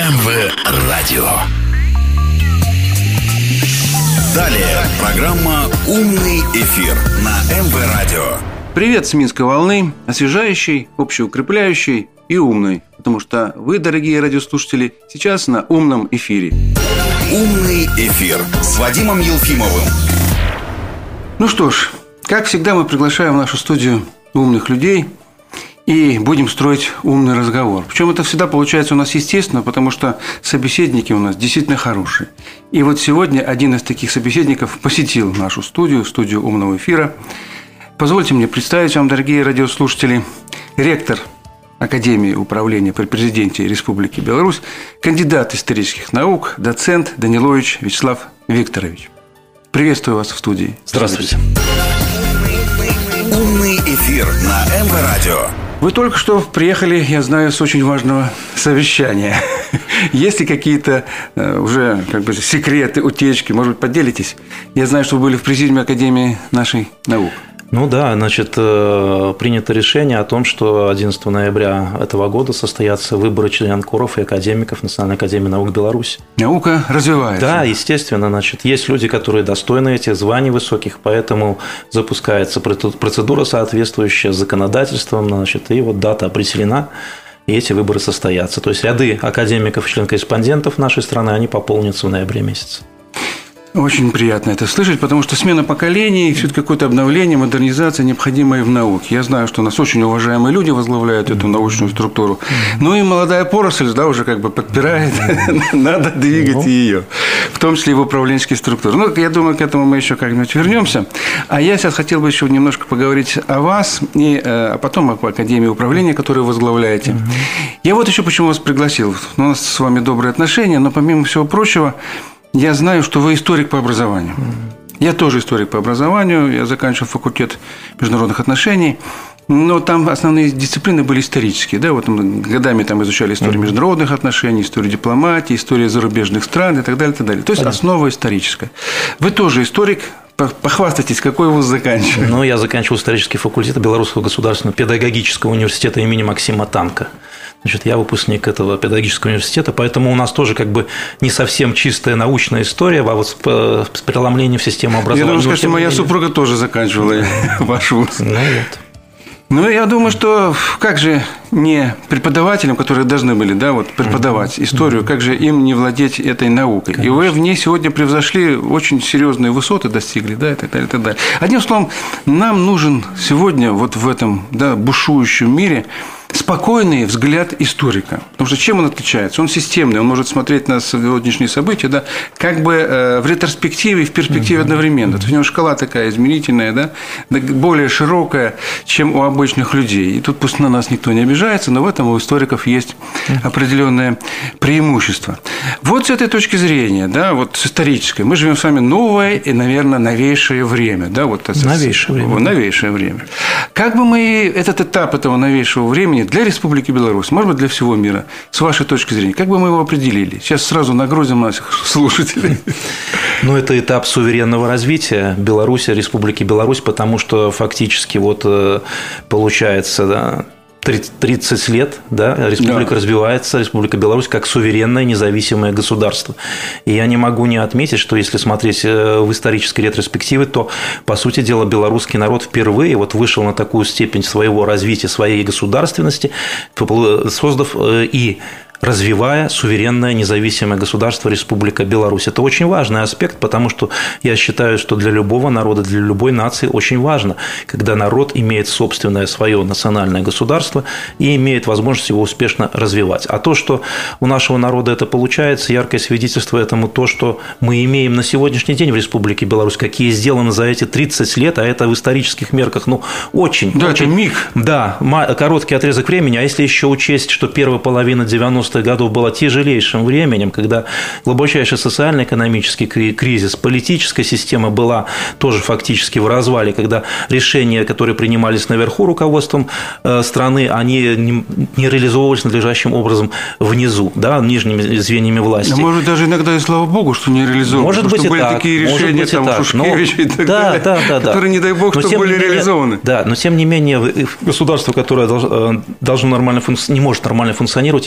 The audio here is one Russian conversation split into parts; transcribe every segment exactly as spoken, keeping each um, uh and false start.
эм вэ Радио. Далее программа «Умный эфир» на эм вэ Радио. Привет с Минской волны, освежающей, общеукрепляющей и умной. Потому что вы, дорогие радиослушатели, сейчас на умном эфире. «Умный эфир» с Вадимом Елфимовым. Ну что ж, как всегда, мы приглашаем в нашу студию умных людей и будем строить умный разговор. Причем это всегда получается у нас естественно, потому что собеседники у нас действительно хорошие. И вот сегодня один из таких собеседников посетил нашу студию, студию умного эфира. Позвольте мне представить вам, дорогие радиослушатели, ректор Академии управления при президенте Республики Беларусь, кандидат исторических наук, доцент Данилович Вячеслав Викторович. Приветствую вас в студии. Здравствуйте. «Умный эфир» на эм вэ Радио. Вы только что приехали, я знаю, с очень важного совещания. Есть ли какие-то э, уже как бы секреты, утечки? Может быть, поделитесь? Я знаю, что вы были в президиуме Академии нашей наук. Ну да, значит, принято решение о том, что одиннадцатого ноября этого года состоятся выборы членкоров и академиков Национальной академии наук Беларуси. Наука развивается. Да, естественно, значит, есть люди, которые достойны этих званий высоких, поэтому запускается процедура соответствующая с законодательством, значит, и вот дата определена, и эти выборы состоятся. То есть ряды академиков и член-корреспондентов нашей страны, они пополнятся в ноябре месяце. Очень приятно это слышать, потому что смена поколений, все-таки какое-то обновление, модернизация необходимая в науке. Я знаю, что у нас очень уважаемые люди возглавляют эту научную структуру. Ну и молодая поросль, да, уже как бы подпирает, надо двигать ее, в том числе и в управленческие структуры. Ну, я думаю, к этому мы еще как-нибудь вернемся. А я сейчас хотел бы еще немножко поговорить о вас, и, а потом об Академии управления, которую вы возглавляете. Я вот еще почему вас пригласил. У нас с вами добрые отношения, но помимо всего прочего, я знаю, что вы историк по образованию. Я тоже историк по образованию. Я заканчивал факультет международных отношений. Но там основные дисциплины были исторические. Да? Вот мы годами там изучали историю международных отношений, историю дипломатии, историю зарубежных стран и так далее. И так далее. То есть основа историческая. Вы тоже историк. Похвастайтесь, какой вуз заканчивали? Ну, я заканчивал исторический факультет Белорусского государственного педагогического университета имени Максима Танка. Значит, я выпускник этого педагогического университета, поэтому у нас тоже как бы не совсем чистая научная история, а вот с преломлением в систему образования. Я думаю, что моя супруга тоже заканчивала ваш вуз. Ну, вот. Ну, я думаю, что как же не преподавателям, которые должны были, да, вот преподавать историю, как же им не владеть этой наукой? Конечно. И вы в ней сегодня превзошли очень серьезные высоты, достигли, да, и так далее, и так далее. Одним словом, нам нужен сегодня вот в этом, да, бушующем мире спокойный взгляд историка. Потому что чем он отличается? Он системный, он может смотреть на сегодняшние события, да, как бы в ретроспективе и в перспективе одновременно. То есть у него шкала такая измерительная, да, более широкая, чем у обычных людей. И тут пусть на нас никто не обижается, но в этом у историков есть определенное преимущество. Вот с этой точки зрения, да, вот с исторической, мы живем с вами новое и, наверное, новейшее время. Да, вот новейшее время. Новейшее время. Как бы мы этот этап этого новейшего времени для Республики Беларусь, может быть, для всего мира, с вашей точки зрения, как бы мы его определили? Сейчас сразу нагрузим наших слушателей. Ну, это этап суверенного развития Беларуси, Республики Беларусь, потому что фактически вот получается, да, тридцать лет, да, республика да. развивается, Республика Беларусь как суверенное независимое государство. И я не могу не отметить, что если смотреть в исторической ретроспективе, то, по сути дела, белорусский народ впервые вот вышел на такую степень своего развития, своей государственности, создав и развивая суверенное независимое государство Республика Беларусь. Это очень важный аспект, потому что я считаю, что для любого народа, для любой нации очень важно, когда народ имеет собственное свое национальное государство и имеет возможность его успешно развивать. А то, что у нашего народа это получается, яркое свидетельство этому то, что мы имеем на сегодняшний день в Республике Беларусь, какие сделаны за эти тридцать лет, а это в исторических мерках, ну, очень... Да, очень, это миг. Да, короткий отрезок времени, а если еще учесть, что первая половина девяностых годов было тяжелейшим временем, когда глубочайший социально-экономический кризис, политическая система была тоже фактически в развале, когда решения, которые принимались наверху руководством страны, они не реализовывались надлежащим образом внизу, да, нижними звеньями власти. А может, даже иногда и слава богу, что не реализовывались. Может быть, и были так, такие решения, там, так. Шушкевича но... и так да, далее, да, да, которые, да. не дай бог, но, что были менее, реализованы. Да, но тем не менее государство, которое должно нормально функци... не может нормально функционировать, если система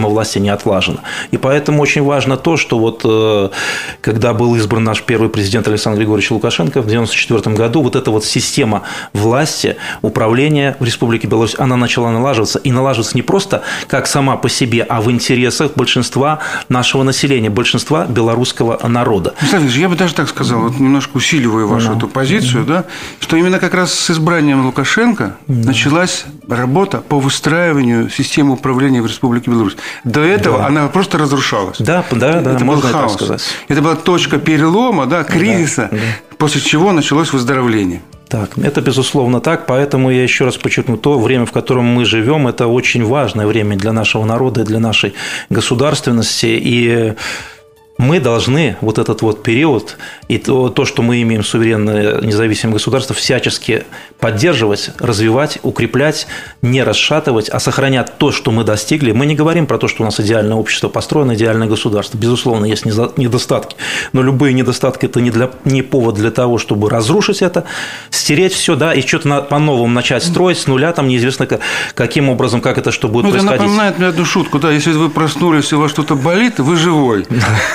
система власти не отлажена. И поэтому очень важно то, что вот когда был избран наш первый президент Александр Григорьевич Лукашенко в девяносто четвёртом году, вот эта вот система власти, управления в Республике Беларусь, она начала налаживаться. И налаживаться не просто как сама по себе, а в интересах большинства нашего населения, большинства белорусского народа. Александр, я бы даже так сказал, вот немножко усиливаю вашу mm-hmm. эту позицию, mm-hmm. да, что именно как раз с избранием Лукашенко mm-hmm. началась работа по выстраиванию системы управления в Республике Беларусь. До этого да. она просто разрушалась. Да, да, да, это можно был хаос. Так сказать. Это была точка перелома, да, кризиса, да, да. после чего началось выздоровление. Так, это безусловно так, поэтому я еще раз подчеркну, то время, в котором мы живем, это очень важное время для нашего народа, для нашей государственности, и мы должны вот этот вот период и то, то, что мы имеем суверенное независимое государство, всячески поддерживать, развивать, укреплять, не расшатывать, а сохранять то, что мы достигли. Мы не говорим про то, что у нас идеальное общество построено, идеальное государство. Безусловно, есть недостатки, но любые недостатки – это не, для, не повод для того, чтобы разрушить это, стереть все, да, и что-то на, по-новому начать строить с нуля, там неизвестно каким образом, как это что будет ну, происходить. Это напоминает мне одну шутку, да, если вы проснулись и у вас что-то болит, вы живой.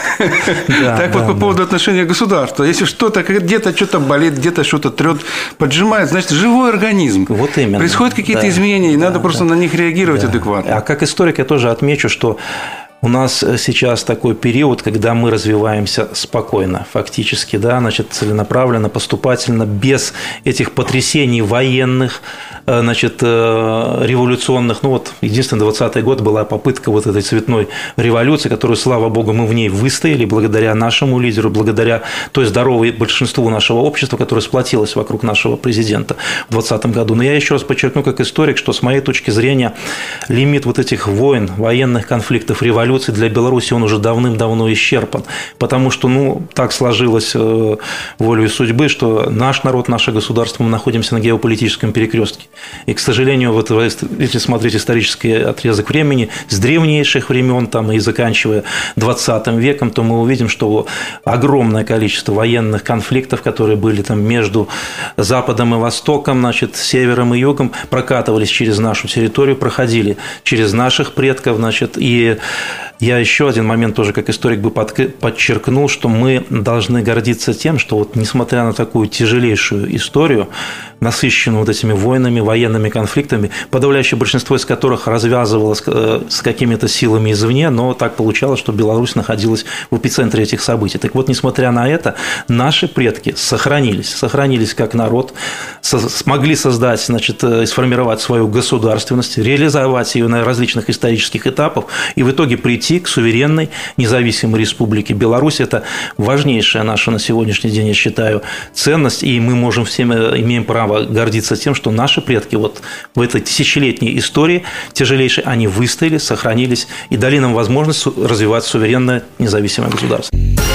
Да, так да, вот по да. поводу отношения государства. Если что-то где-то что-то болит, где-то что-то трет, поджимает, значит, живой организм. Вот именно. Происходят какие-то да. изменения, и да, надо да. просто на них реагировать да. адекватно. А как историк я тоже отмечу, что у нас сейчас такой период, когда мы развиваемся спокойно, фактически, да, значит, целенаправленно, поступательно, без этих потрясений военных, значит, революционных. Ну вот, единственный двадцатый год была попытка вот этой цветной революции, которую, слава богу, мы в ней выстояли благодаря нашему лидеру, благодаря той здоровой большинству нашего общества, которое сплотилось вокруг нашего президента в двадцатом году. Но я еще раз подчеркну, как историк, что с моей точки зрения лимит вот этих войн, военных конфликтов, революций для Беларуси он уже давным-давно исчерпан, потому что, ну, так сложилось волею судьбы, что наш народ, наше государство, мы находимся на геополитическом перекрестке. И, к сожалению, вот если смотреть исторический отрезок времени, с древнейших времен там, и заканчивая двадцатым веком, то мы увидим, что огромное количество военных конфликтов, которые были там между Западом и Востоком, значит, Севером и Югом, прокатывались через нашу территорию, проходили через наших предков, значит, и я еще один момент тоже как историк бы подчеркнул, что мы должны гордиться тем, что вот несмотря на такую тяжелейшую историю, насыщенную вот этими войнами, военными конфликтами, подавляющее большинство из которых развязывалось с какими-то силами извне, но так получалось, что Беларусь находилась в эпицентре этих событий. Так вот, несмотря на это, наши предки сохранились, сохранились как народ, смогли создать, значит, и сформировать свою государственность, реализовать ее на различных исторических этапах и в итоге прийти к суверенной независимой республике Беларусь. Это важнейшая наша на сегодняшний день, я считаю, ценность, и мы можем всем имеем право гордиться тем, что наши предки вот в этой тысячелетней истории тяжелейшей, они выстояли, сохранились и дали нам возможность развивать суверенное независимое государство.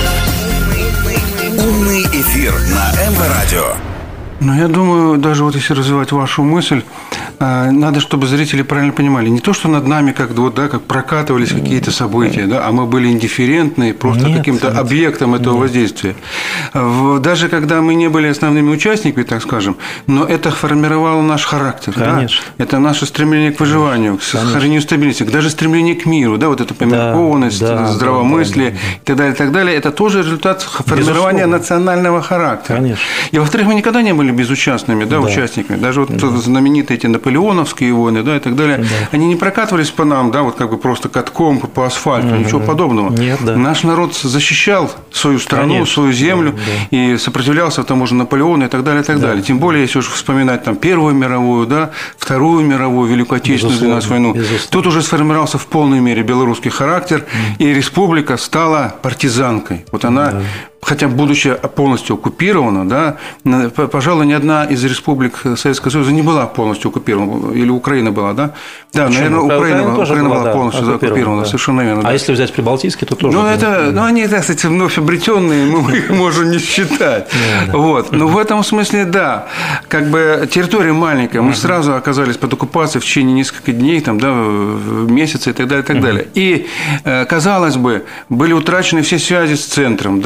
Умный эфир на эм вэ радио. Ну, я думаю, даже вот если развивать вашу мысль, надо, чтобы зрители правильно понимали, не то, что над нами как, вот, да, как прокатывались какие-то события, да, а мы были индифферентны просто нет, каким-то нет, объектом этого нет. воздействия. Даже когда мы не были основными участниками, так скажем, но это формировало наш характер. Конечно. Да? Это наше стремление к выживанию, к сохранению стабильности, даже стремление к миру, да, вот эта померкованность, да, здравомыслие да, да, да. и так далее, и так далее. Это тоже результат формирования Безусловно. национального характера. Конечно. И, во-вторых, мы никогда не были безучастными да, да. участниками. Даже вот да. знаменитые эти наполеоновские войны, да, и так далее, да. они не прокатывались по нам, да, вот как бы просто катком по асфальту, угу. ничего подобного. Нет, да. Наш народ защищал свою страну, Конечно. свою землю да, да. и сопротивлялся тому же Наполеону и так далее, и так да. далее. Тем более, если уж вспоминать там Первую мировую, да, Вторую мировую, Великую Отечественную для нас войну, Безусловно. тут уже сформировался в полной мере белорусский характер, mm. и республика стала партизанкой. Вот она да. хотя, будучи полностью оккупирована, да, пожалуй, ни одна из республик Советского Союза не была полностью оккупирована. Или Украина была, да? Да, Почему? наверное, Украина, Украина, была, Украина была, была полностью оккупирована, оккупирована да. совершенно верно. А да. если взять Прибалтийский, то тоже. Ну, это, ну они, так сказать, вновь обретенные, мы их можем не считать. Вот. Но в этом смысле, да, как бы территория маленькая, мы сразу оказались под оккупацией в течение нескольких дней, там, да, месяца и так далее, и так далее. И, казалось бы, были утрачены все связи с центром, да, с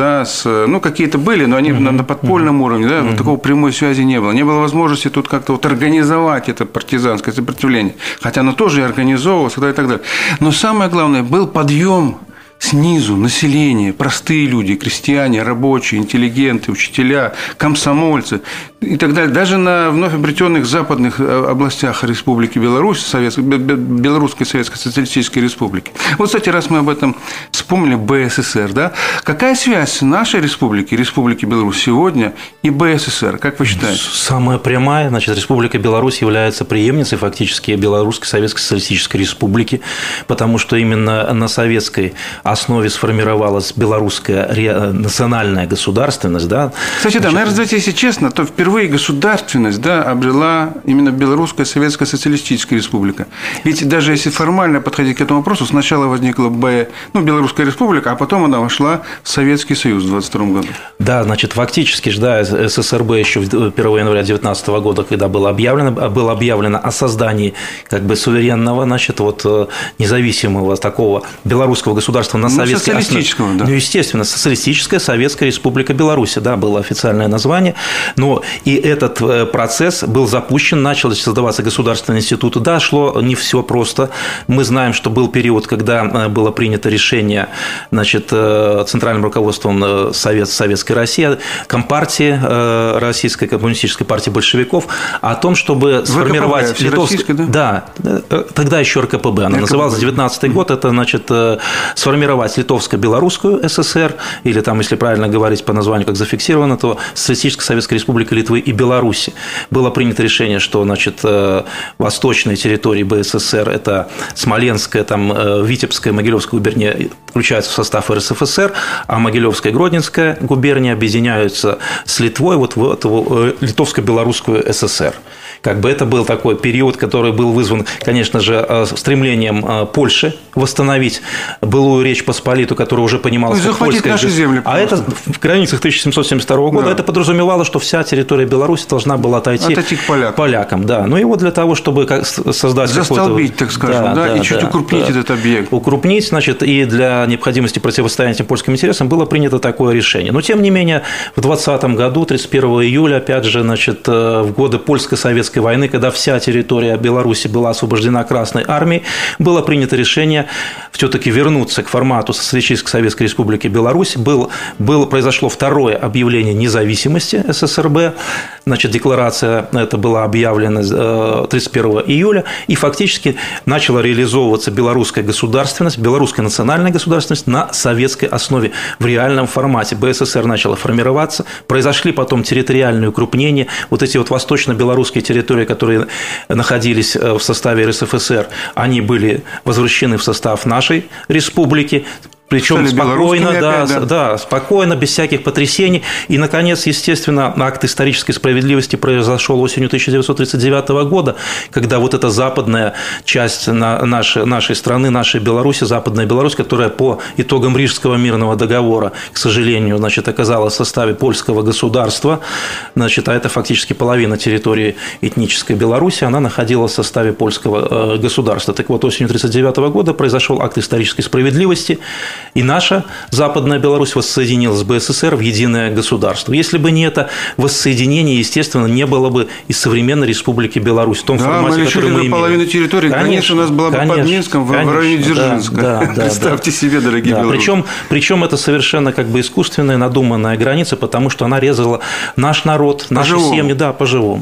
ну, какие-то были, но они mm-hmm. на подпольном mm-hmm. уровне, да, mm-hmm. такого прямой связи не было. Не было возможности тут как-то вот организовать это партизанское сопротивление, хотя оно тоже и организовывалось, и так далее. Но самое главное, был подъем снизу, население, простые люди, крестьяне, рабочие, интеллигенты, учителя, комсомольцы и так далее. Даже на вновь обретенных западных областях Республики Беларусь, Советской, Белорусской Советской Социалистической Республики. Вот, кстати, раз мы об этом вспомнили, БССР, да? Какая связь нашей республики, Республики Беларусь сегодня и БССР, как вы считаете? Самая прямая, значит, Республика Беларусь является преемницей фактически Белорусской Советской Социалистической Республики, потому что именно на советской основе сформировалась белорусская национальная государственность. Да? Кстати, да, наверное, знаете, если честно, то впервые государственность, да, обрела именно Белорусская Советская Социалистическая Республика. Ведь даже если формально подходить к этому вопросу, сначала возникла Б, ну, Белорусская Республика, а потом она вошла в Советский Союз в двадцать втором году. Да, значит, фактически, да, СССРБ еще первого января две тысячи девятнадцатого года, когда было объявлено, было объявлено о создании как бы суверенного, значит, вот независимого такого белорусского государства на ну, советской основе. Да. Ну, естественно, Социалистическая Советская Республика Беларусь, да, было официальное название. Но и этот процесс был запущен, начали создаваться государственные институты. Да, шло не все просто. Мы знаем, что был период, когда было принято решение, значит, центральным руководством Совет, Советской России, Компартии, Российской коммунистической партии большевиков, о том, чтобы сформировать литовское... Да? да, тогда еще РКПБ, она РКПБ. Называлась, девятнадцатый год, это, значит, сформировать Литовско-Белорусскую ССР, или там, если правильно говорить по названию, как зафиксировано, то Социалистическая Советская Республика Литвы и Беларуси. Было принято решение, что, значит, восточные территории БССР, это Смоленская, там, Витебская, Могилевская губерния включаются в состав РСФСР, а Могилевская и Гродненская губернии объединяются с Литвой вот в эту Литовско-Белорусскую ССР. Как бы это был такой период, который был вызван, конечно же, стремлением Польши восстановить былую Речь Посполитую, которая уже понималась как польская. Наши земли, а это в границах тысяча семьсот семьдесят второго года, да. Это подразумевало, что вся территория Беларуси должна была отойти, отойти к полякам. полякам. Да. Ну и вот для того, чтобы создать застолбить, так скажем, да, да, да, и чуть да, укрупнить да. этот объект. Укрупнить, значит, и для необходимости противостояния этим польским интересам было принято такое решение. Но, тем не менее, в двадцатом году, тридцать первого июля, опять же, значит, в годы польско-советской войны, когда вся территория Беларуси была освобождена Красной армией, было принято решение все-таки вернуться к формату Социалистической Советской Республики Беларусь. Был, было, произошло второе объявление независимости СССРБ. Значит, декларация эта была объявлена тридцать первого июля, и фактически начала реализовываться белорусская государственность, белорусская национальная государственность на советской основе в реальном формате. БССР начала формироваться, произошли потом территориальные укрупнения. Вот эти вот восточно-белорусские территории, которые находились в составе РСФСР, они были возвращены в состав нашей республики. Причем спокойно, да, опять, да. да, спокойно, без всяких потрясений. И, наконец, естественно, акт исторической справедливости произошел осенью тысяча девятьсот тридцать девятого года, когда вот эта западная часть нашей, нашей страны, нашей Беларуси, Западная Беларусь, которая по итогам Рижского мирного договора, к сожалению, значит, оказалась в составе польского государства, значит, а это фактически половина территории этнической Беларуси, она находилась в составе польского государства. Так вот, осенью тысяча девятьсот тридцать девятого года произошел акт исторической справедливости, и наша Западная Беларусь воссоединилась с БССР в единое государство. Если бы не это воссоединение, естественно, не было бы и современной Республики Беларусь в том да, формате, мы который мы имеем. половину территории, конечно, конечно, у нас была бы под Минском, конечно, в районе Дзержинска. Да, да, Представьте да. себе, дорогие да, белорусы. Причем, причем это совершенно как бы искусственная, надуманная граница, потому что она резала наш народ, наши по-живому. Семьи, да, по-живому.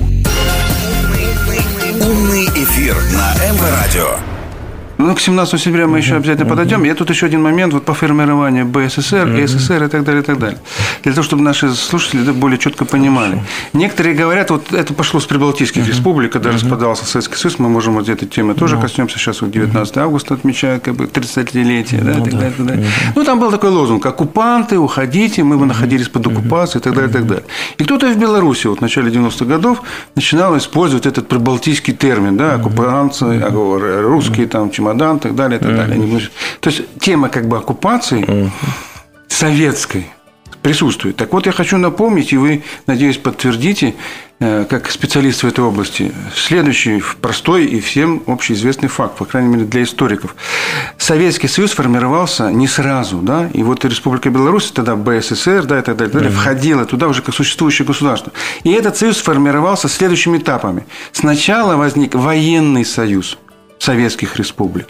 Умный эфир на эм вэ радио. Ну, к семнадцатого сентября мы еще обязательно подойдем. Я тут еще один момент вот по формированию БССР, mm-hmm. СССР и так далее, и так далее. Для того, чтобы наши слушатели более четко понимали. Некоторые говорят, вот это пошло с прибалтийских mm-hmm. республик, когда mm-hmm. распадался Советский Союз, мы можем вот этой темы тоже mm-hmm. коснемся. Сейчас вот девятнадцатого августа отмечают как бы тридцатилетие, да, mm-hmm. и так далее, и так далее. Mm-hmm. Ну, там был такой лозунг: оккупанты, уходите, мы бы находились под оккупацией, и так далее, и так далее. И кто-то в Беларуси вот в начале девяностых годов начинал использовать этот прибалтийский термин, да, оккупанты, mm-hmm. русские там, чемодан, и так далее, и так далее. Mm-hmm. То есть тема как бы оккупации mm-hmm. советской присутствует. Так вот, я хочу напомнить, и вы, надеюсь, подтвердите, как специалист в этой области, следующий простой и всем общеизвестный факт, по крайней мере, для историков. Советский Союз формировался не сразу, да, и вот Республика Беларусь, тогда БССР, да, и так далее, и так далее, входила туда уже как существующее государство. И этот союз формировался следующими этапами. Сначала возник военный союз советских республик,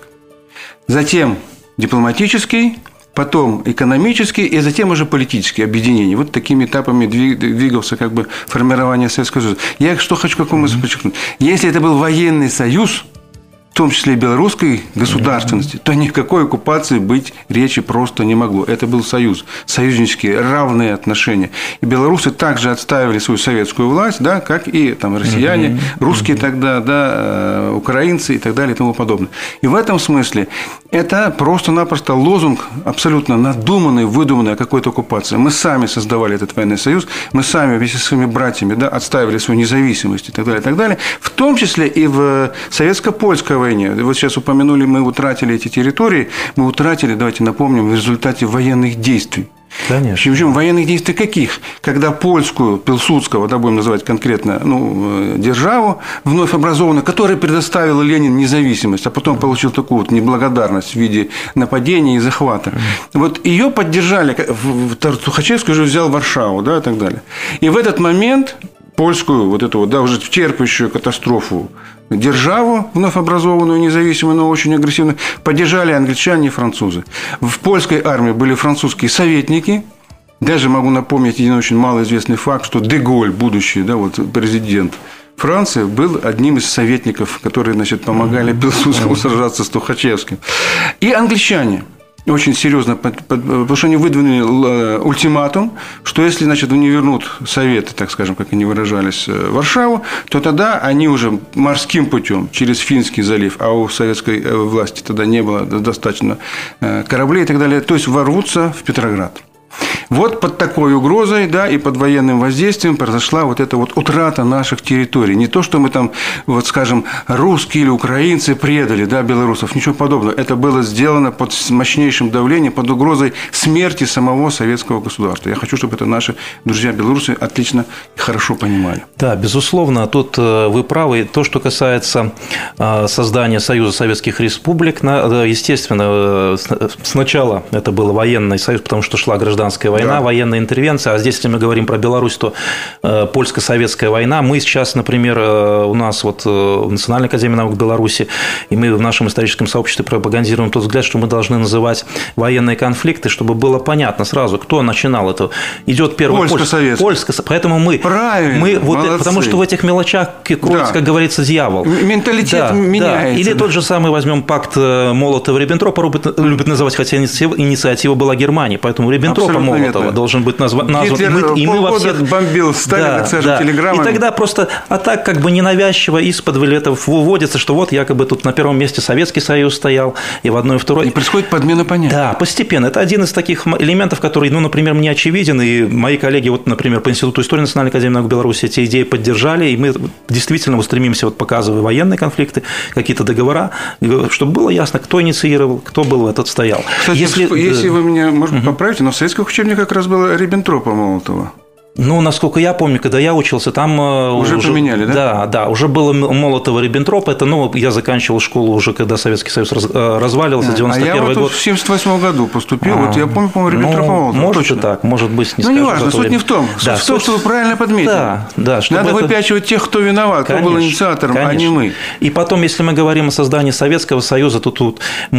затем дипломатический, потом экономический и затем уже политические объединения. Вот такими этапами двигался как бы формирование Советского Союза. Я что хочу какую мысль подчеркнуть. Если это был военный союз, в том числе и белорусской государственности, то никакой оккупации быть речи просто не могло. Это был союз, союзнические, равные отношения. И белорусы также отстаивали свою советскую власть, да, как и там, россияне, русские тогда, да, украинцы и так далее и тому подобное. И в этом смысле это просто-напросто лозунг абсолютно надуманный, выдуманный о какой-то оккупации. Мы сами создавали этот военный союз, мы сами вместе со своими братьями, да, отстаивали свою независимость и так далее, и так далее, в том числе и в советско-польской войне. Вот сейчас упомянули, мы утратили эти территории, мы утратили, давайте напомним, в результате военных действий. Конечно. Причем военных действий каких? Когда польскую, Пилсудского, да, будем называть конкретно, ну, державу, вновь образованную, которая предоставила Ленин независимость, а потом получил такую вот неблагодарность в виде нападения и захвата. Вот ее поддержали, Тухачевский уже взял Варшаву, да, и так далее. И в этот момент польскую, вот эту вот, да, уже терпящую катастрофу державу, вновь образованную, независимую, но очень агрессивную, поддержали англичане и французы. В польской армии были французские советники. Даже могу напомнить один очень малоизвестный факт, что Де-Голь, будущий, да, вот, президент Франции, был одним из советников, которые, значит, помогали Пилсудскому сражаться с Тухачевским. И англичане. Очень серьезно, потому что они выдвинули ультиматум, что если, значит, не вернут Советы, так скажем, как они выражались, в Варшаву, то тогда они уже морским путем через Финский залив, а у советской власти тогда не было достаточно кораблей и так далее, то есть ворвутся в Петроград. Вот под такой угрозой, да, и под военным воздействием произошла вот эта вот утрата наших территорий. Не то, что мы там, вот скажем, русские или украинцы предали, да, белорусов, ничего подобного. Это было сделано под мощнейшим давлением, под угрозой смерти самого советского государства. Я хочу, чтобы это наши друзья белорусы отлично и хорошо понимали. Да, безусловно, тут вы правы. То, что касается создания Союза Советских Республик, естественно, сначала это был военный союз, потому что шла гражданская война, да, военная интервенция. А здесь, если мы говорим про Беларусь, то польско-советская война. Мы сейчас, например, у нас вот в Национальной академии наук Беларуси, и мы в нашем историческом сообществе пропагандируем тот взгляд, что мы должны называть военные конфликты, чтобы было понятно сразу, кто начинал это. Идет первый польско-советский. Польско, поэтому мы, Правильно, мы вот, потому что в этих мелочах кроется, да, как говорится, дьявол. Менталитет, да, меняется. Да. Или тот же самый возьмем пакт Молотова-Риббентропа, любят называть, хотя инициатива была Германии, поэтому Риббентропа, Молотова должен быть назван. Гитлер мы, и мы во всех бомбил Сталина, да, скажем, да, телеграммами. И тогда просто, а так как бы ненавязчиво из-под это выводится, что вот якобы тут на первом месте Советский Союз стоял, и в одной и второй. И происходит подмена понятий. Да, постепенно. Это один из таких элементов, который, ну, например, мне очевиден, и мои коллеги, вот, например, по Институту истории Национальной академии наук Беларуси эти идеи поддержали, и мы действительно стремимся, вот, показывая военные конфликты, какие-то договора, чтобы было ясно, кто инициировал, кто был в этот стоял. Кстати, если, если вы меня, может быть, угу. поправите, но в советских учебниках как раз было Риббентропа Молотова. Ну, насколько я помню, когда я учился, там уже, уже поменяли, да? Да, да, уже было Молотова-Риббентропа. Это, ну, я заканчивал школу уже, когда Советский Союз раз, разваливался, девяносто первый год. А я вот в семьдесят восьмом году поступил, а, вот я помню, по-моему, Риббентропа-Молотова. Ну, может и так, может быть, не Ну, неважно, суть не в том, да, в том, что вы правильно подметили. Да, да. Надо это... выпячивать тех, кто виноват, конечно, кто был инициатором, конечно. А не мы. И потом, если мы говорим о создании Советского Союза, то тут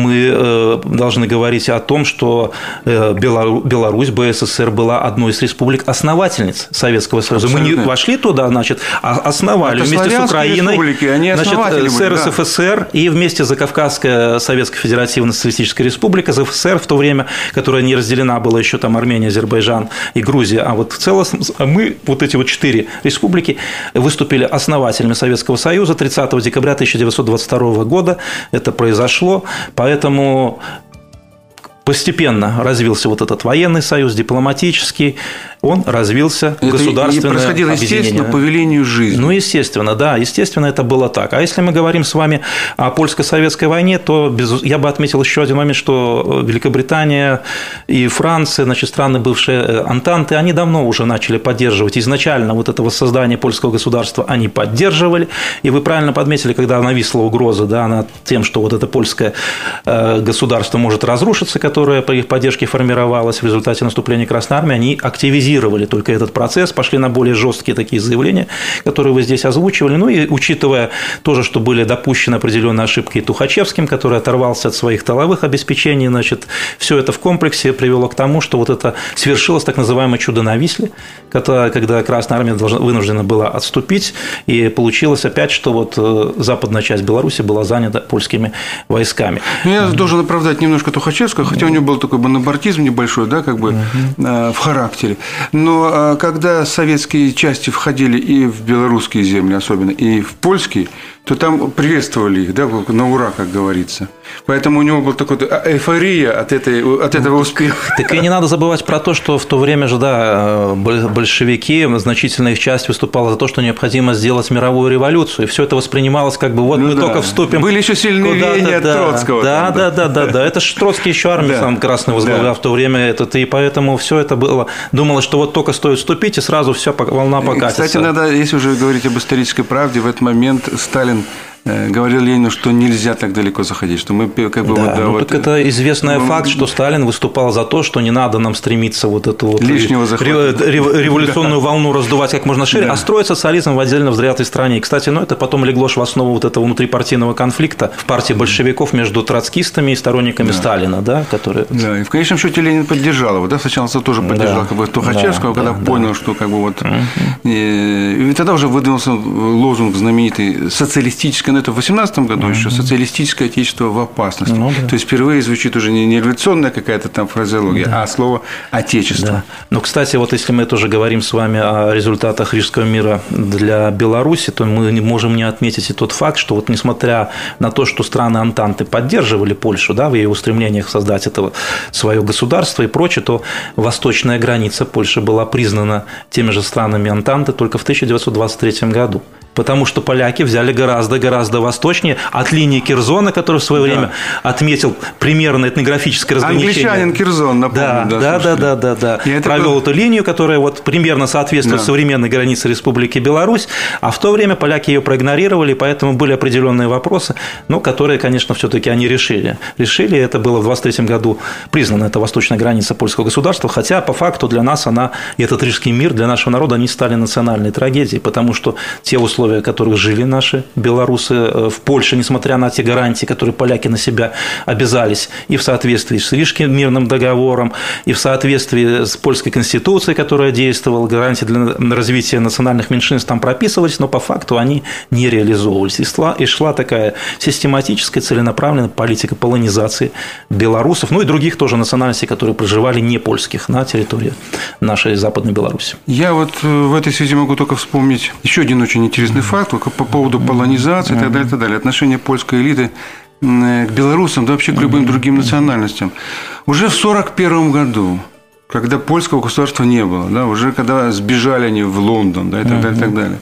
мы должны говорить о том, что Беларусь, БССР была одной из республик-основательниц Советского Союза. Абсолютно. Мы не вошли туда, значит, а основали это вместе с Украиной, значит, с эр эс эф эс эр, да, и вместе Закавказская Советская Федеративная Социалистическая Республика, зэ эф эс эр в то время, которая не разделена была еще там Армения, Азербайджан и Грузия, а вот в целом мы, вот эти вот четыре республики, выступили основателями Советского Союза тридцатого декабря тысяча девятьсот двадцать второго года. Это произошло, поэтому постепенно развился вот этот военный союз, дипломатический, он развился в государственное объединение. И происходило, естественно, по велению жизни. Ну, естественно, да, естественно, это было так. А если мы говорим с вами о польско-советской войне, то без... я бы отметил еще один момент, что Великобритания и Франция, значит, страны бывшие Антанты, они давно уже начали поддерживать. Изначально вот это воссоздание польского государства они поддерживали. И вы правильно подметили, когда нависла угроза, да, над тем, что вот это польское государство может разрушиться, которое по их поддержке формировалось в результате наступления Красной Армии, они активизировали только этот процесс, пошли на более жесткие такие заявления, которые вы здесь озвучивали. Ну и учитывая тоже, что были допущены определенные ошибки и Тухачевским, который оторвался от своих тыловых обеспечений, значит, все это в комплексе привело к тому, что вот это свершилось так называемое чудо на Висле, когда Красная Армия вынуждена была отступить, и получилось опять, что вот западная часть Беларуси была занята польскими войсками. Я должен оправдать немножко Тухачевского, хотя у него был такой бонапартизм небольшой, да, как бы uh-huh. в характере. Но когда советские части входили и в белорусские земли, особенно, и в польские, то там приветствовали их, да, на ура, как говорится. Поэтому у него была такая эйфория от, этой, от этого успеха. Так и не надо забывать про то, что в то время же, да, большевики, значительная их часть выступала за то, что необходимо сделать мировую революцию. И все это воспринималось как бы вот ну мы да. только вступим. Были еще сильные веяния от да, Троцкого. Да, там, да, да, да, да. Это же Троцкий еще армию да. сам красный возглавлял да. в то время. Этот, и поэтому все это было. Думалось, что вот только стоит вступить, и сразу вся волна покатится. Кстати, надо, если уже говорить об исторической правде, в этот момент Сталин говорил Ленину, что нельзя так далеко заходить, что мы как бы да, вот, да, ну, вот, так это известный мы... факт, что Сталин выступал за то, что не надо нам стремиться вот эту вот лишнего захвата. революционную волну раздувать как можно шире, а строить социализм в отдельно взрятой стране. И, кстати, ну это потом легло в основу вот этого внутрипартийного конфликта в партии большевиков между троцкистами и сторонниками да. Сталина, да, которые. Да, и в конечном счете Ленин поддержал его, да, сначала он тоже поддержал да. как бы Тухачевского, да, когда да, понял, да. что как бы вот угу. и тогда уже выдвинулся лозунг знаменитый социалистическое, но это в восемнадцатом году еще социалистическое отечество в опасности. Ну, да. То есть впервые звучит уже не революционная какая-то там фразеология, да. а слово отечество. Да. Ну, кстати, вот если мы тоже говорим с вами о результатах Рижского мира для Беларуси, то мы не можем не отметить и тот факт, что вот несмотря на то, что страны Антанты поддерживали Польшу, да, в ее устремлениях создать это свое государство и прочее, то восточная граница Польши была признана теми же странами Антанты только в тысяча девятьсот двадцать третьем году. Потому что поляки взяли гораздо-гораздо восточнее от линии Кирзона, который в свое да. время отметил примерно этнографическое разграничение. Англичанин Кирзон, напомню. Да, да, да, да, да, да. да. Провел был... эту линию, которая вот примерно соответствует да. современной границе Республики Беларусь, а в то время поляки ее проигнорировали, поэтому были определенные вопросы, но которые, конечно, все-таки они решили. Решили, это было в двадцать третьем году признана эта восточная граница польского государства, хотя по факту для нас она, и этот Рижский мир для нашего народа, они стали национальной трагедией, потому что те условия, в которых жили наши белорусы в Польше, несмотря на те гарантии, которые поляки на себя обязались, и в соответствии с Рижским мирным договором, и в соответствии с польской конституцией, которая действовала, гарантии для развития национальных меньшинств там прописывались, но по факту они не реализовывались. И шла, и шла такая систематическая, целенаправленная политика полонизации белорусов, ну и других тоже национальностей, которые проживали не польских на территории нашей Западной Беларуси. Я вот в этой связи могу только вспомнить еще один очень интересный факт по поводу полонизации и так далее, и так далее. Отношение польской элиты к белорусам, да вообще к любым другим национальностям. Уже в сорок первом году, когда польского государства не было, да, уже когда сбежали они в Лондон, да, и так далее, и так далее.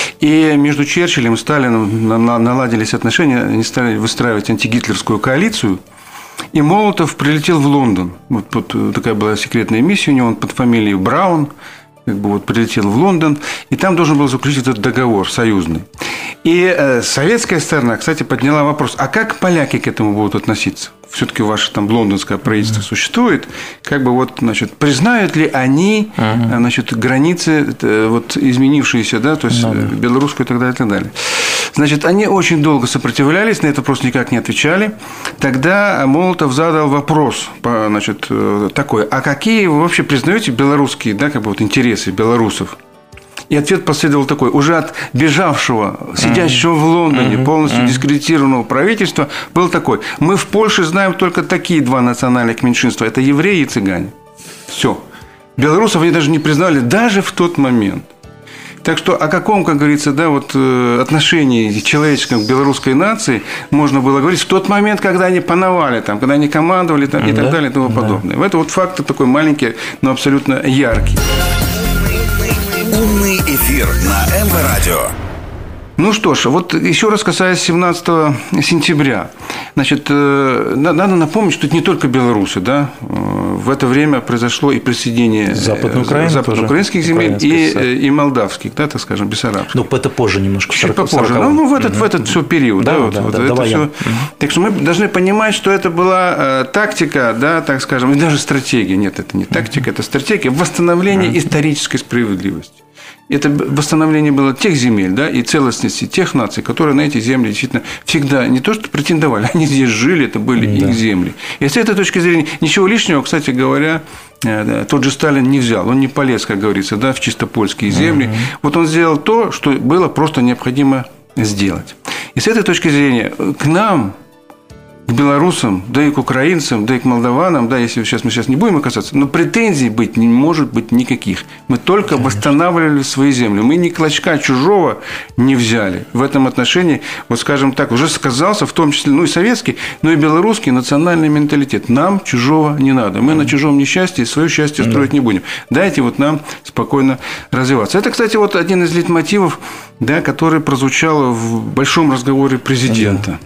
И между Черчиллем и Сталином наладились отношения, они стали выстраивать антигитлерскую коалицию. И Молотов прилетел в Лондон. Вот, вот такая была секретная миссия у него, он под фамилией Браун. Как бы вот прилетел в Лондон, и там должен был заключить этот договор союзный. И э, советская сторона, кстати, подняла вопрос, а как поляки к этому будут относиться? Все-таки ваше там лондонское правительство mm-hmm. существует, как бы вот, значит, признают ли они, mm-hmm. значит, границы вот изменившиеся, да, то есть mm-hmm. белорусскую и так далее, и так далее. Значит, они очень долго сопротивлялись, на это просто никак не отвечали. Тогда Молотов задал вопрос, значит, такой, а какие вы вообще признаете белорусские, да, как бы вот интересы белорусов? И ответ последовал такой: уже от бежавшего, сидящего в Лондоне, полностью дискредитированного правительства, был такой: мы в Польше знаем только такие два национальных меньшинства – это евреи и цыгане. Все. Белорусов они даже не признали даже в тот момент. Так что о каком, как говорится, да, вот, отношении человеческом к белорусской нации можно было говорить в тот момент, когда они пановали, там, когда они командовали там, и да, так далее и тому подобное. Да. Это вот факт такой маленький, но абсолютно яркий. Умный эфир на эм вэ радио. Ну что ж, вот еще раз касаясь семнадцатого сентября. Значит, надо напомнить, что это не только белорусы, да. В это время произошло и присоединение западноукраинских земель и, и молдавских, да, так скажем, бессарабских. Ну, это позже немножко. Чуть попозже. Ну, ну, в этот, угу. в этот все период. Да, да, вот, да, вот, да, это все. Угу. Так что мы должны понимать, что это была э, тактика, да, так скажем, и даже стратегия. Нет, это не тактика, это стратегия восстановления угу. исторической справедливости. Это восстановление было тех земель, да, и целостности тех наций, которые на эти земли действительно всегда не то что претендовали, они здесь жили, это были да. их земли. И с этой точки зрения ничего лишнего, кстати говоря, тот же Сталин не взял, он не полез, как говорится, да, в чисто польские земли. Угу. Вот он сделал то, что было просто необходимо сделать. И с этой точки зрения к нам, к белорусам, да и к украинцам, да и к молдаванам, да, если сейчас мы сейчас не будем касаться, но претензий быть не может быть никаких. Мы только Конечно. восстанавливали свои земли. Мы ни клочка чужого не взяли. В этом отношении, вот скажем так, уже сказался в том числе, ну и советский, но и белорусский национальный менталитет. Нам чужого не надо. Мы на чужом несчастье свое счастье строить не будем. Дайте вот нам спокойно развиваться. Это, кстати, вот один из лейтмотивов, да, который прозвучал в большом разговоре президента.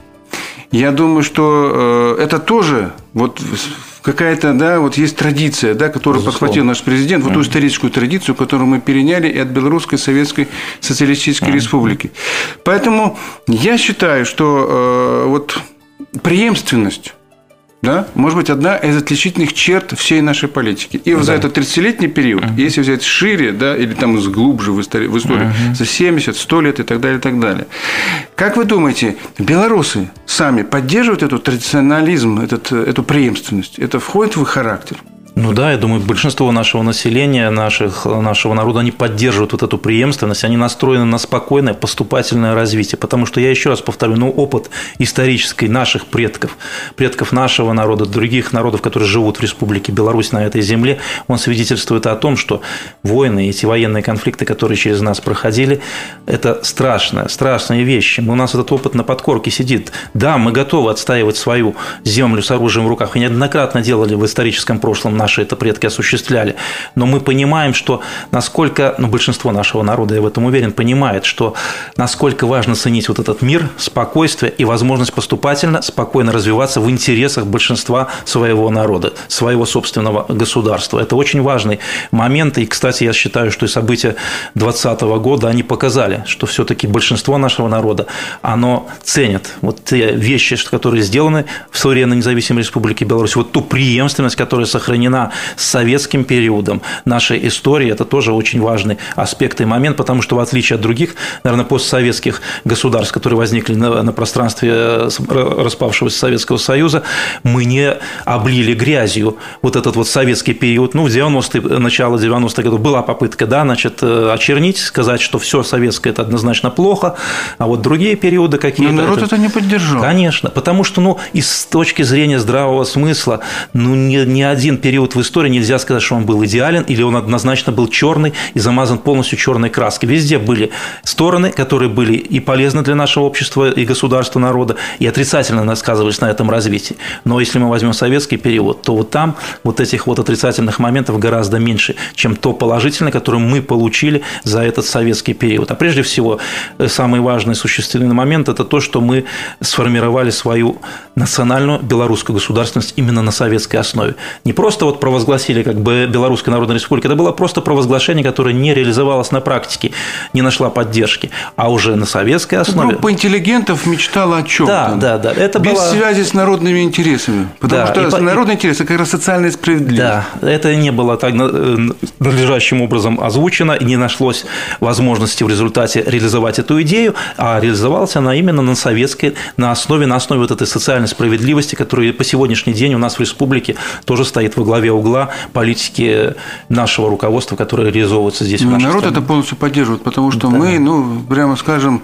Я думаю, что это тоже вот какая-то, да, вот есть традиция, да, которую Безусловно. подхватил наш президент, вот mm-hmm. ту историческую традицию, которую мы переняли и от Белорусской Советской Социалистической mm-hmm. Республики. Поэтому я считаю, что э, вот преемственность, да, может быть, одна из отличительных черт всей нашей политики. И да. за этот тридцатилетний период, uh-huh. если взять шире, да, или там глубже в историю, в историю uh-huh. за семьдесят, сто лет и так далее, и так далее. Как вы думаете, белорусы сами поддерживают этот традиционализм, этот, эту преемственность? Это входит в их характер? Ну да, я думаю, большинство нашего населения, наших, нашего народа, они поддерживают вот эту преемственность, они настроены на спокойное поступательное развитие, потому что, я еще раз повторю, ну, опыт исторический наших предков, предков нашего народа, других народов, которые живут в Республике Беларусь на этой земле, он свидетельствует о том, что войны, эти военные конфликты, которые через нас проходили, это страшная, страшные вещи. У нас этот опыт на подкорке сидит. Да, мы готовы отстаивать свою землю с оружием в руках, и неоднократно делали в историческом прошлом наши это предки осуществляли. Но мы понимаем, что насколько, ну, большинство нашего народа, я в этом уверен, понимает, что насколько важно ценить вот этот мир, спокойствие и возможность поступательно, спокойно развиваться в интересах большинства своего народа, своего собственного государства. Это очень важный момент. И, кстати, я считаю, что и события двадцатого года, они показали, что все-таки большинство нашего народа, оно ценит вот те вещи, которые сделаны в суверенной независимой Республике Беларусь, вот ту преемственность, которая сохранена с советским периодом нашей истории, это тоже очень важный аспект и момент, потому что, в отличие от других, наверное, постсоветских государств, которые возникли на, на пространстве распавшегося Советского Союза, мы не облили грязью вот этот вот советский период. Ну, в девяностые, начало девяностых годов была попытка, да, значит, очернить, сказать, что все советское – это однозначно плохо, а вот другие периоды какие-то… Но народ это, это не поддержал. Конечно, потому что, ну, и с точки зрения здравого смысла, ну, ни, ни один период в истории нельзя сказать, что он был идеален или он однозначно был черный и замазан полностью черной краской. Везде были стороны, которые были и полезны для нашего общества и государства, народа, и отрицательно сказывались на этом развитии. Но если мы возьмем советский период, то вот там вот этих вот отрицательных моментов гораздо меньше, чем то положительное, которое мы получили за этот советский период. А прежде всего, самый важный существенный момент – это то, что мы сформировали свою национальную белорусскую государственность именно на советской основе. Не просто вот провозгласили как бы Белорусская Народная Республика, это было просто провозглашение, которое не реализовалось на практике, не нашла поддержки, а уже на советской основе. Группа интеллигентов мечтала о чем-то. Да, да, да. Это без было... связи с народными интересами. Потому да, что и... народные интересы – как раз социальная справедливость. Да, это не было так надлежащим образом озвучено, и не нашлось возможности в результате реализовать эту идею, а реализовалась она именно на советской, на основе, на основе вот этой социальной справедливости, которая по сегодняшний день у нас в республике тоже стоит во главе угла политики нашего руководства, которое реализовывается здесь, в нашей Народ стране. Это полностью поддерживает, потому что да. мы, ну, прямо скажем,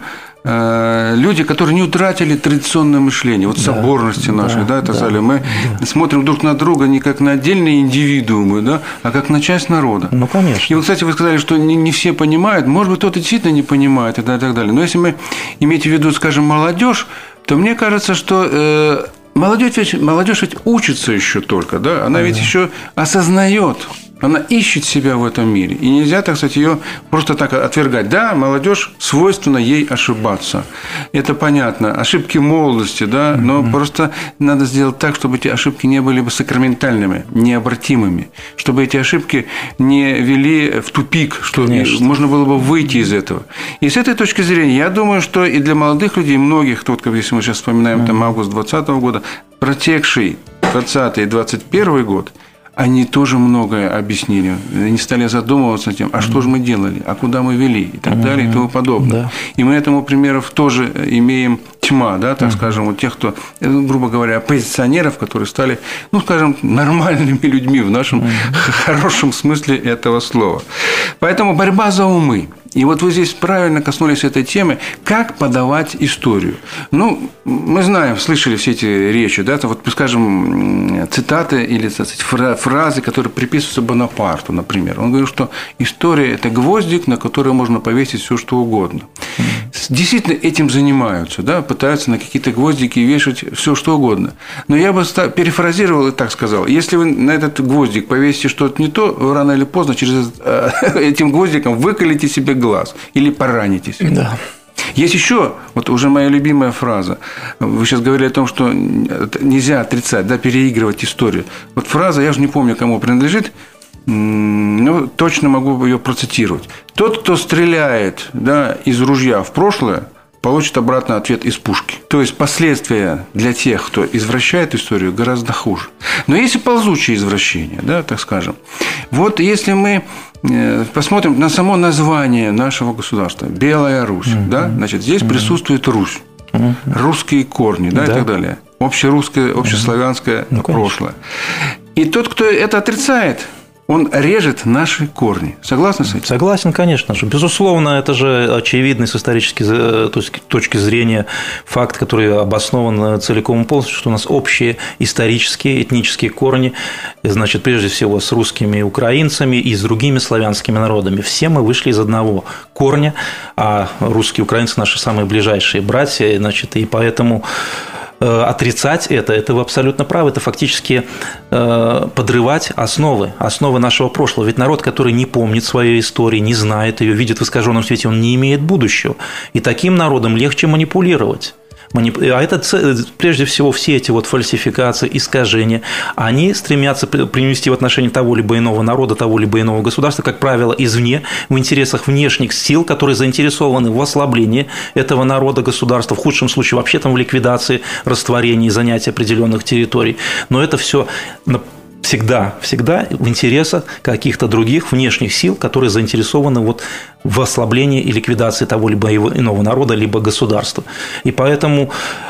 люди, которые не утратили традиционное мышление, вот да, соборности нашей, да, да, да, мы да. смотрим друг на друга не как на отдельные индивидуумы, да, а как на часть народа. Ну, конечно. И вот, кстати, вы сказали, что не, не все понимают, может быть, кто-то действительно не понимает и так далее. Но если мы имеете в виду, скажем, молодежь, то мне кажется, что э, молодежь ведь, молодежь ведь учится еще только, да, она ведь да. еще осознает Она ищет себя в этом мире. И нельзя, так сказать, ее просто так отвергать. Да, молодежь, свойственно ей ошибаться. Это понятно. Ошибки молодости, да, но mm-hmm. просто надо сделать так, чтобы эти ошибки не были бы сакраментальными, необратимыми. Чтобы эти ошибки не вели в тупик, что Конечно. Можно было бы выйти из этого. И с этой точки зрения, я думаю, что и для молодых людей, многих, вот, как если мы сейчас вспоминаем mm-hmm. там, август двадцатого года, протекший двадцатый и двадцать первый год, они тоже многое объяснили. Они стали задумываться над тем, а что же мы делали, а куда мы вели, и так далее, и тому подобное. Да. И мы этому примеров тоже имеем тьма, да, так скажем, вот тех, кто, грубо говоря, оппозиционеров, которые стали, ну, скажем, нормальными людьми в нашем хорошем смысле этого слова. Поэтому борьба за умы. И вот вы здесь правильно коснулись этой темы, как подавать историю. Ну, мы знаем, слышали все эти речи, да, вот, скажем, цитаты или, так сказать, фразы, которые приписываются Бонапарту, например. Он говорил, что история – это гвоздик, на который можно повесить все, что угодно. Действительно, этим занимаются, да, пытаются на какие-то гвоздики вешать все, что угодно. Но я бы перефразировал и так сказал: если вы на этот гвоздик повесите что-то не то, вы рано или поздно через этим гвоздиком выколите себе глаз или поранитесь. Да. Есть еще, вот уже моя любимая фраза. Вы сейчас говорили о том, что нельзя отрицать, да, переигрывать историю. Вот фраза, я же не помню, кому принадлежит, но точно могу ее процитировать. Тот, кто стреляет, да, из ружья в прошлое, получит обратный ответ из пушки. То есть последствия для тех, кто извращает историю, гораздо хуже. Но есть и ползучие извращения, да, так скажем. Вот если мы посмотрим на само название нашего государства – Белая Русь, mm-hmm. да, значит, здесь mm-hmm. присутствует Русь, mm-hmm. русские корни, да, да, и так далее, общерусское, общеславянское mm-hmm. прошлое. И тот, кто это отрицает, он режет наши корни. Согласны с этим? Согласен, конечно же. Безусловно, это же очевидный с исторической точки зрения факт, который обоснован целиком и полностью, что у нас общие исторические, этнические корни, значит, прежде всего с русскими украинцами и с другими славянскими народами. Все мы вышли из одного корня, а русские и украинцы – наши самые ближайшие братья, значит, и поэтому отрицать это, это вы абсолютно правы, это фактически подрывать основы, основы нашего прошлого. Ведь народ, который не помнит своей истории, не знает ее, видит в искаженном свете, он не имеет будущего. И таким народом легче манипулировать. А это, прежде всего, все эти вот фальсификации, искажения, они стремятся принести в отношении того либо иного народа, того либо иного государства, как правило, извне, в интересах внешних сил, которые заинтересованы в ослаблении этого народа, государства, в худшем случае вообще там в ликвидации, растворении, занятии определенных территорий. Но это все всегда, всегда в интересах каких-то других внешних сил, которые заинтересованы вот в ослаблении и ликвидации того либо иного народа, либо государства. И поэтому,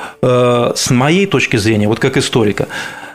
э, с моей точки зрения, вот как историка,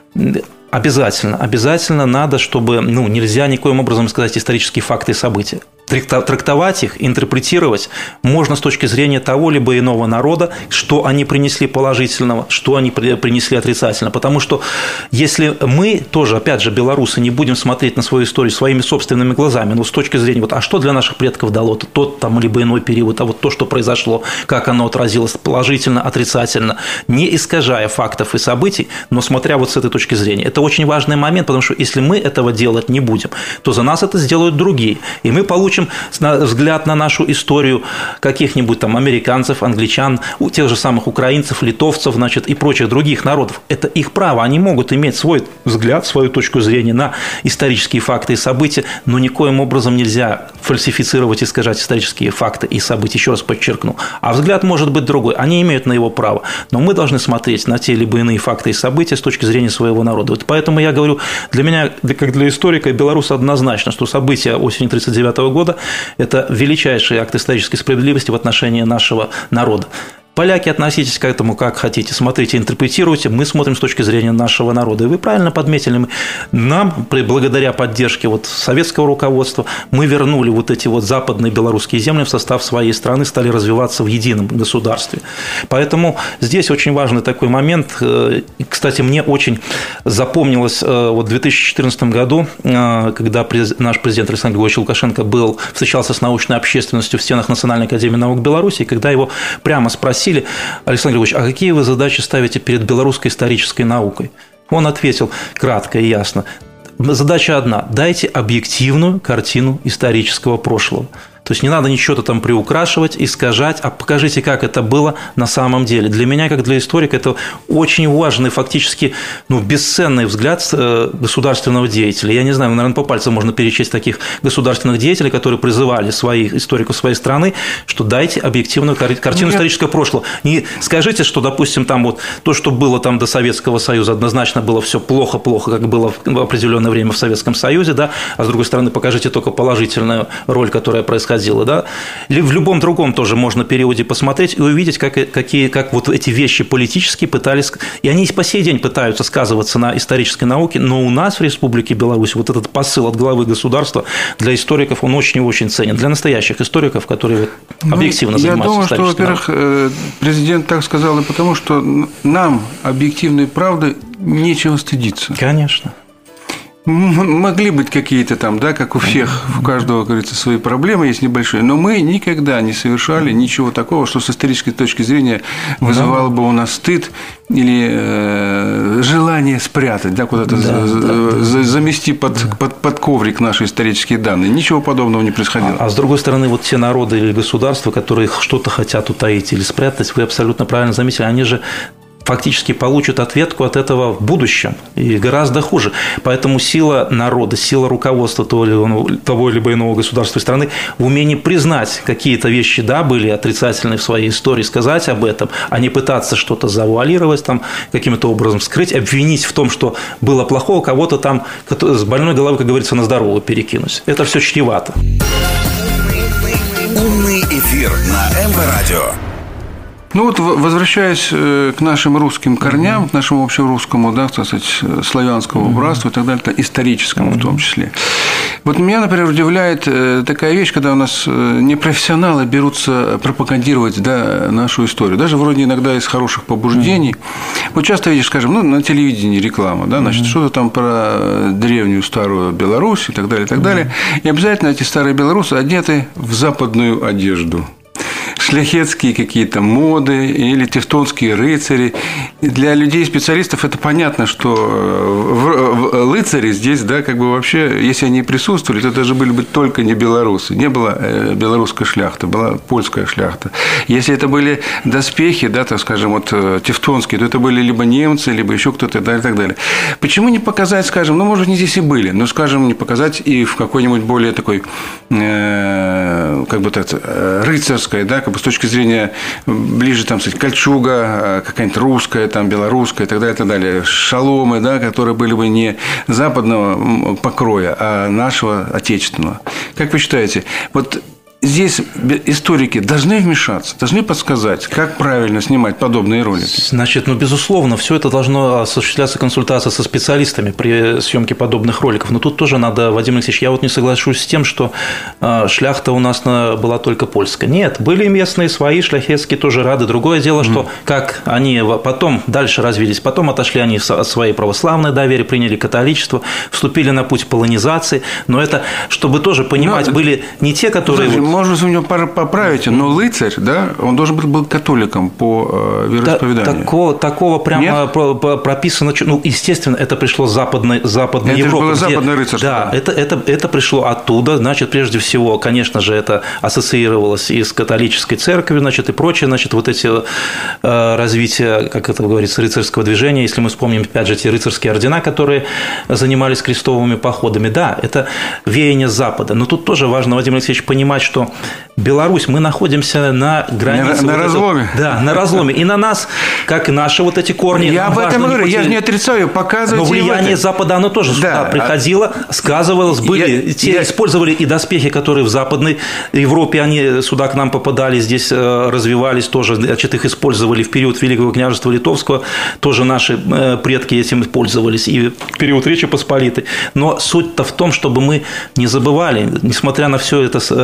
обязательно, обязательно надо, чтобы, ну, нельзя никоим образом сказать исторические факты и события. Трактовать их, интерпретировать можно с точки зрения того либо иного народа, что они принесли положительного, что они принесли отрицательно. Потому что если мы тоже, опять же, белорусы, не будем смотреть на свою историю своими собственными глазами, но с точки зрения, вот, а что для наших предков дало тот там либо иной период, а вот то, что произошло, как оно отразилось положительно, отрицательно, не искажая фактов и событий, но смотря вот с этой точки зрения. Это очень важный момент, потому что если мы этого делать не будем, то за нас это сделают другие, и мы получим взгляд на нашу историю каких-нибудь там американцев, англичан, у тех же самых украинцев, литовцев, значит, и прочих других народов. Это их право, они могут иметь свой взгляд, свою точку зрения на исторические факты и события, но никоим образом нельзя фальсифицировать и искажать исторические факты и события, еще раз подчеркну. А взгляд может быть другой, они имеют на его право, но мы должны смотреть на те либо иные факты и события с точки зрения своего народа. Вот поэтому я говорю, для меня, как для историка, белорус однозначно, что события осени тысяча девятьсот тридцать девятого года – это величайший акт исторической справедливости в отношении нашего народа. Поляки, относитесь к этому как хотите, смотрите, интерпретируйте, мы смотрим с точки зрения нашего народа. И вы правильно подметили, нам, благодаря поддержке вот советского руководства, мы вернули вот эти вот западные белорусские земли в состав своей страны, стали развиваться в едином государстве. Поэтому здесь очень важный такой момент. Кстати, мне очень запомнилось вот в две тысячи четырнадцатом году, когда наш президент Александр Григорьевич Лукашенко был, встречался с научной общественностью в стенах Национальной академии наук Беларуси, когда его прямо спросили: Александр Григорьевич, а какие вы задачи ставите перед белорусской исторической наукой? Он ответил кратко и ясно: задача одна – дайте объективную картину исторического прошлого. То есть не надо ничего-то там приукрашивать, искажать, а покажите, как это было на самом деле. Для меня, как для историка, это очень важный, фактически ну, бесценный взгляд государственного деятеля. Я не знаю, наверное, по пальцам можно перечесть таких государственных деятелей, которые призывали своих историков своей страны, что дайте объективную картину ну, исторического я... прошлого. Не скажите, что, допустим, там вот то, что было там до Советского Союза, однозначно было все плохо-плохо, как было в определенное время в Советском Союзе, да, а с другой стороны, покажите только положительную роль, которая происходила. Да? Или в любом другом тоже можно периоде посмотреть и увидеть, как, какие, как вот эти вещи политические пытались, и они по сей день пытаются сказываться на исторической науке, но у нас в Республике Беларусь вот этот посыл от главы государства для историков, он очень и очень ценен, для настоящих историков, которые ну, объективно занимаются исторической наукой. Я думаю, что, во-первых, президент так сказал и потому, что нам объективной правды нечего стыдиться. Конечно. Могли быть какие-то там, да, как у всех, у каждого, как говорится, свои проблемы есть небольшие, но мы никогда не совершали ничего такого, что с исторической точки зрения вызывало бы у нас стыд или э, желание спрятать, да, куда-то да, за, да, за, замести под, да. под, под коврик наши исторические данные. Ничего подобного не происходило. А, а с другой стороны, вот те народы или государства, которые что-то хотят утаить или спрятать, вы абсолютно правильно заметили, они же фактически получат ответку от этого в будущем, и гораздо хуже. Поэтому сила народа, сила руководства того или иного, того либо иного государства и страны в умении признать какие-то вещи, да, были отрицательные в своей истории, сказать об этом, а не пытаться что-то завуалировать, там, каким-то образом скрыть, обвинить в том, что было плохого, кого-то там с больной головы, как говорится, на здоровую перекинуть. Это все чревато. Умный эфир на эм вэ радио. Ну вот, возвращаясь к нашим русским корням, к нашему общерусскому, да, так сказать, славянскому братству и так далее, историческому в том числе. Вот меня, например, удивляет такая вещь, когда у нас непрофессионалы берутся пропагандировать, да, нашу историю, даже вроде иногда из хороших побуждений. Вот часто видишь, скажем, ну, на телевидении реклама, да, значит, что-то там про древнюю старую Беларусь и так далее, и так далее. И обязательно эти старые белорусы одеты в западную одежду. Шляхетские какие-то моды или тевтонские рыцари. Для людей-специалистов это понятно, что рыцари здесь, да, как бы вообще, если они присутствовали, то даже были бы только не белорусы. Не была белорусская шляхта, была польская шляхта. Если это были доспехи, да, так скажем, вот тевтонские, то это были либо немцы, либо еще кто-то и так далее. Почему не показать, скажем, ну, может, не здесь и были, но, скажем, не показать и в какой-нибудь более такой, э, как бы так, рыцарской, да, как бы с точки зрения ближе, там, сказать, кольчуга, какая-нибудь русская, там, белорусская и так далее, и так далее, шаломы, да, которые были бы не западного покроя, а нашего отечественного. Как вы считаете, вот здесь историки должны вмешаться, должны подсказать, как правильно снимать подобные ролики? Значит, ну, безусловно, все это должно осуществляться консультация со специалистами при съемке подобных роликов. Но тут тоже надо, Вадим Алексеевич, я вот не соглашусь с тем, что шляхта у нас была только польская. Нет, были местные свои, шляхетские тоже рады. Другое дело, что как они потом дальше развились, потом отошли они от своей православной доверия, приняли католичество, вступили на путь полонизации. Но это, чтобы тоже понимать, но... были не те, которые... Вот... Может, вы меня поправите, но рыцарь, да, он должен быть был католиком по вероисповеданию. Да, такого, такого прямо Нет? прописано. Ну, естественно, это пришло с Западной, Западной это Европы. Это было западное рыцарство. Да, это, это, это пришло оттуда. Значит, прежде всего, конечно же, это ассоциировалось и с католической церковью, значит, и прочее. Значит, вот эти э, развития, как это говорится, рыцарского движения. Если мы вспомним, опять же, те рыцарские ордена, которые занимались крестовыми походами. Да, это веяние с Запада. Но тут тоже важно, Вадим Алексеевич, понимать, что Беларусь, мы находимся на границе. На, на вот разломе. Этого, да, на разломе. И на нас, как и наши вот эти корни. Я об этом говорю, я же не отрицаю, показывайте. Но влияние Запада, оно тоже сюда да. приходило, сказывалось, были, я, те я... использовали и доспехи, которые в Западной Европе, они сюда к нам попадали, здесь развивались тоже, значит, их использовали в период Великого княжества Литовского, тоже наши предки этим пользовались, и в период Речи Посполитой. Но суть-то в том, чтобы мы не забывали, несмотря на все это развитие,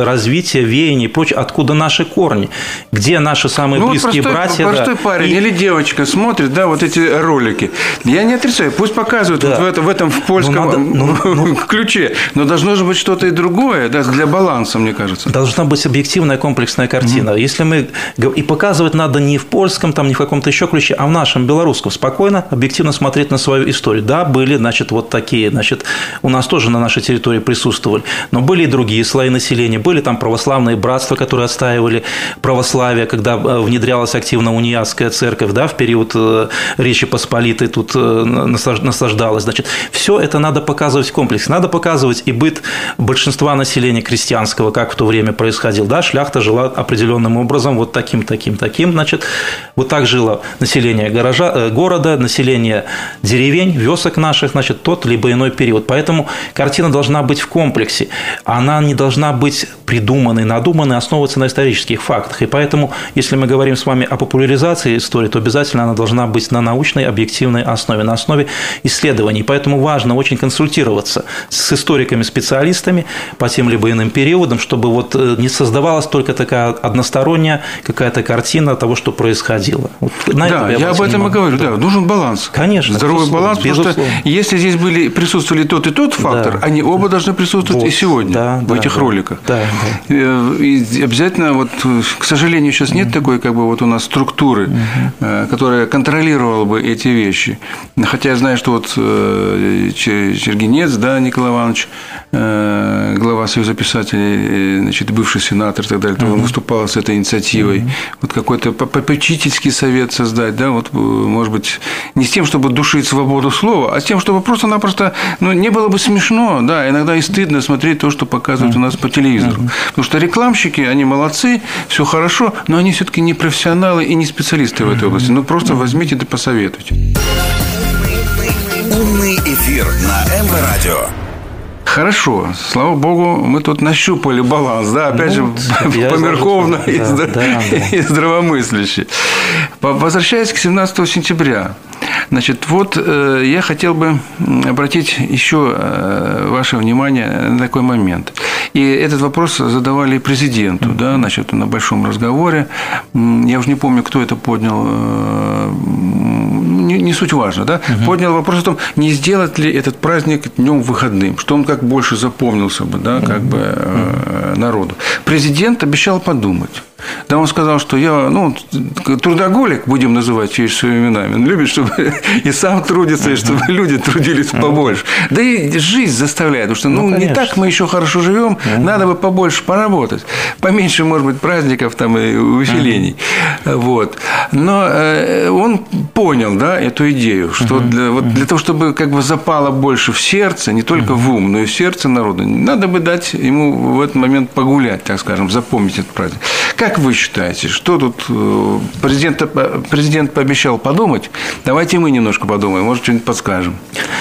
развитие, веяние и прочее, откуда наши корни, где наши самые ну, близкие простой, братья. Простой да. парень и... или девочка смотрит, да, вот эти ролики. Я не отрицаю, пусть показывают да. вот в, это, в этом в польском ну, надо, ну, ну, ключе, но должно же быть что-то и другое, да, для баланса, мне кажется. Должна быть объективная комплексная картина. Mm-hmm. Если мы и показывать надо не в польском, там, не в каком-то еще ключе, а в нашем белорусском, спокойно, объективно смотреть на свою историю. Да, были, значит, вот такие, значит, у нас тоже на нашей территории присутствовали, но были и другие слои населения, были там православные братства, которые отстаивали православие, когда внедрялась активно униатская церковь, да, в период Речи Посполитой тут наслаждалась. Значит, все это надо показывать в комплексе. Надо показывать и быт большинства населения крестьянского, как в то время происходил. Да, шляхта жила определенным образом, вот таким, таким, таким. Значит, вот так жило население горожа, города, население деревень, вёсок наших, значит, тот либо иной период. Поэтому картина должна быть в комплексе. Она не должна быть придуманной, надуманной, основываться на исторических фактах. И поэтому, если мы говорим с вами о популяризации истории, то обязательно она должна быть на научной, объективной основе, на основе исследований. Поэтому важно очень консультироваться с историками-специалистами по тем либо иным периодам, чтобы вот не создавалась только такая односторонняя какая-то картина того, что происходило. Вот на да, я, я об этом и говорю. Да. Да, нужен баланс. Конечно. Здоровый баланс, потому что если здесь были, присутствовали тот и тот фактор, да. они оба должны присутствовать вот. и сегодня да, в да, этих да. роликах. Да, да. И обязательно, вот, к сожалению, сейчас нет mm-hmm. такой, как бы, вот у нас структуры, mm-hmm. которая контролировала бы эти вещи. Хотя я знаю, что вот Чергенец, да, Николай Иванович, глава Союза писателей, значит, бывший сенатор и так далее, mm-hmm. он выступал с этой инициативой. Mm-hmm. Вот какой-то попечительский совет создать, да, вот, может быть, не с тем, чтобы душить свободу слова, а с тем, чтобы просто-напросто, ну, не было бы смешно, да, иногда и стыдно смотреть то, что показывают у нас по телевизору. Mm-hmm. Потому что рекламщики, они молодцы, все хорошо, но они все-таки не профессионалы и не специалисты в этой области. Ну, просто возьмите да посоветуйте. Умный эфир на эм вэ радио. Хорошо, слава богу, мы тут нащупали баланс, да, опять ну, же, померковно и, да, да, да. и здравомысляще. Возвращаясь к семнадцатому сентября, значит, вот э, я хотел бы обратить еще э, ваше внимание на такой момент. И этот вопрос задавали президенту, да, значит, на большом разговоре. Я уже не помню, кто это поднял, э, не, не суть важно, да, угу. поднял вопрос о том, не сделать ли этот праздник днем выходным, что он как больше запомнился бы, да, как бы э, народу. Президент обещал подумать. Да, он сказал, что я, ну, трудоголик, будем называть вещи своими именами. Он любит, чтобы и сам трудится, и чтобы люди трудились побольше. Да и жизнь заставляет, потому что, ну, ну не так мы еще хорошо живем, надо бы побольше поработать, поменьше, может быть, праздников там и увеселений. Вот. Но он понял, да, эту идею, что для, вот для того, чтобы как бы запало больше в сердце, не только в ум, но и в сердце народа, надо бы дать ему в этот момент погулять, так скажем, запомнить этот праздник. Как вы считаете, что тут президент, президент пообещал подумать? Давайте мы немножко подумаем, может, что-нибудь подскажем.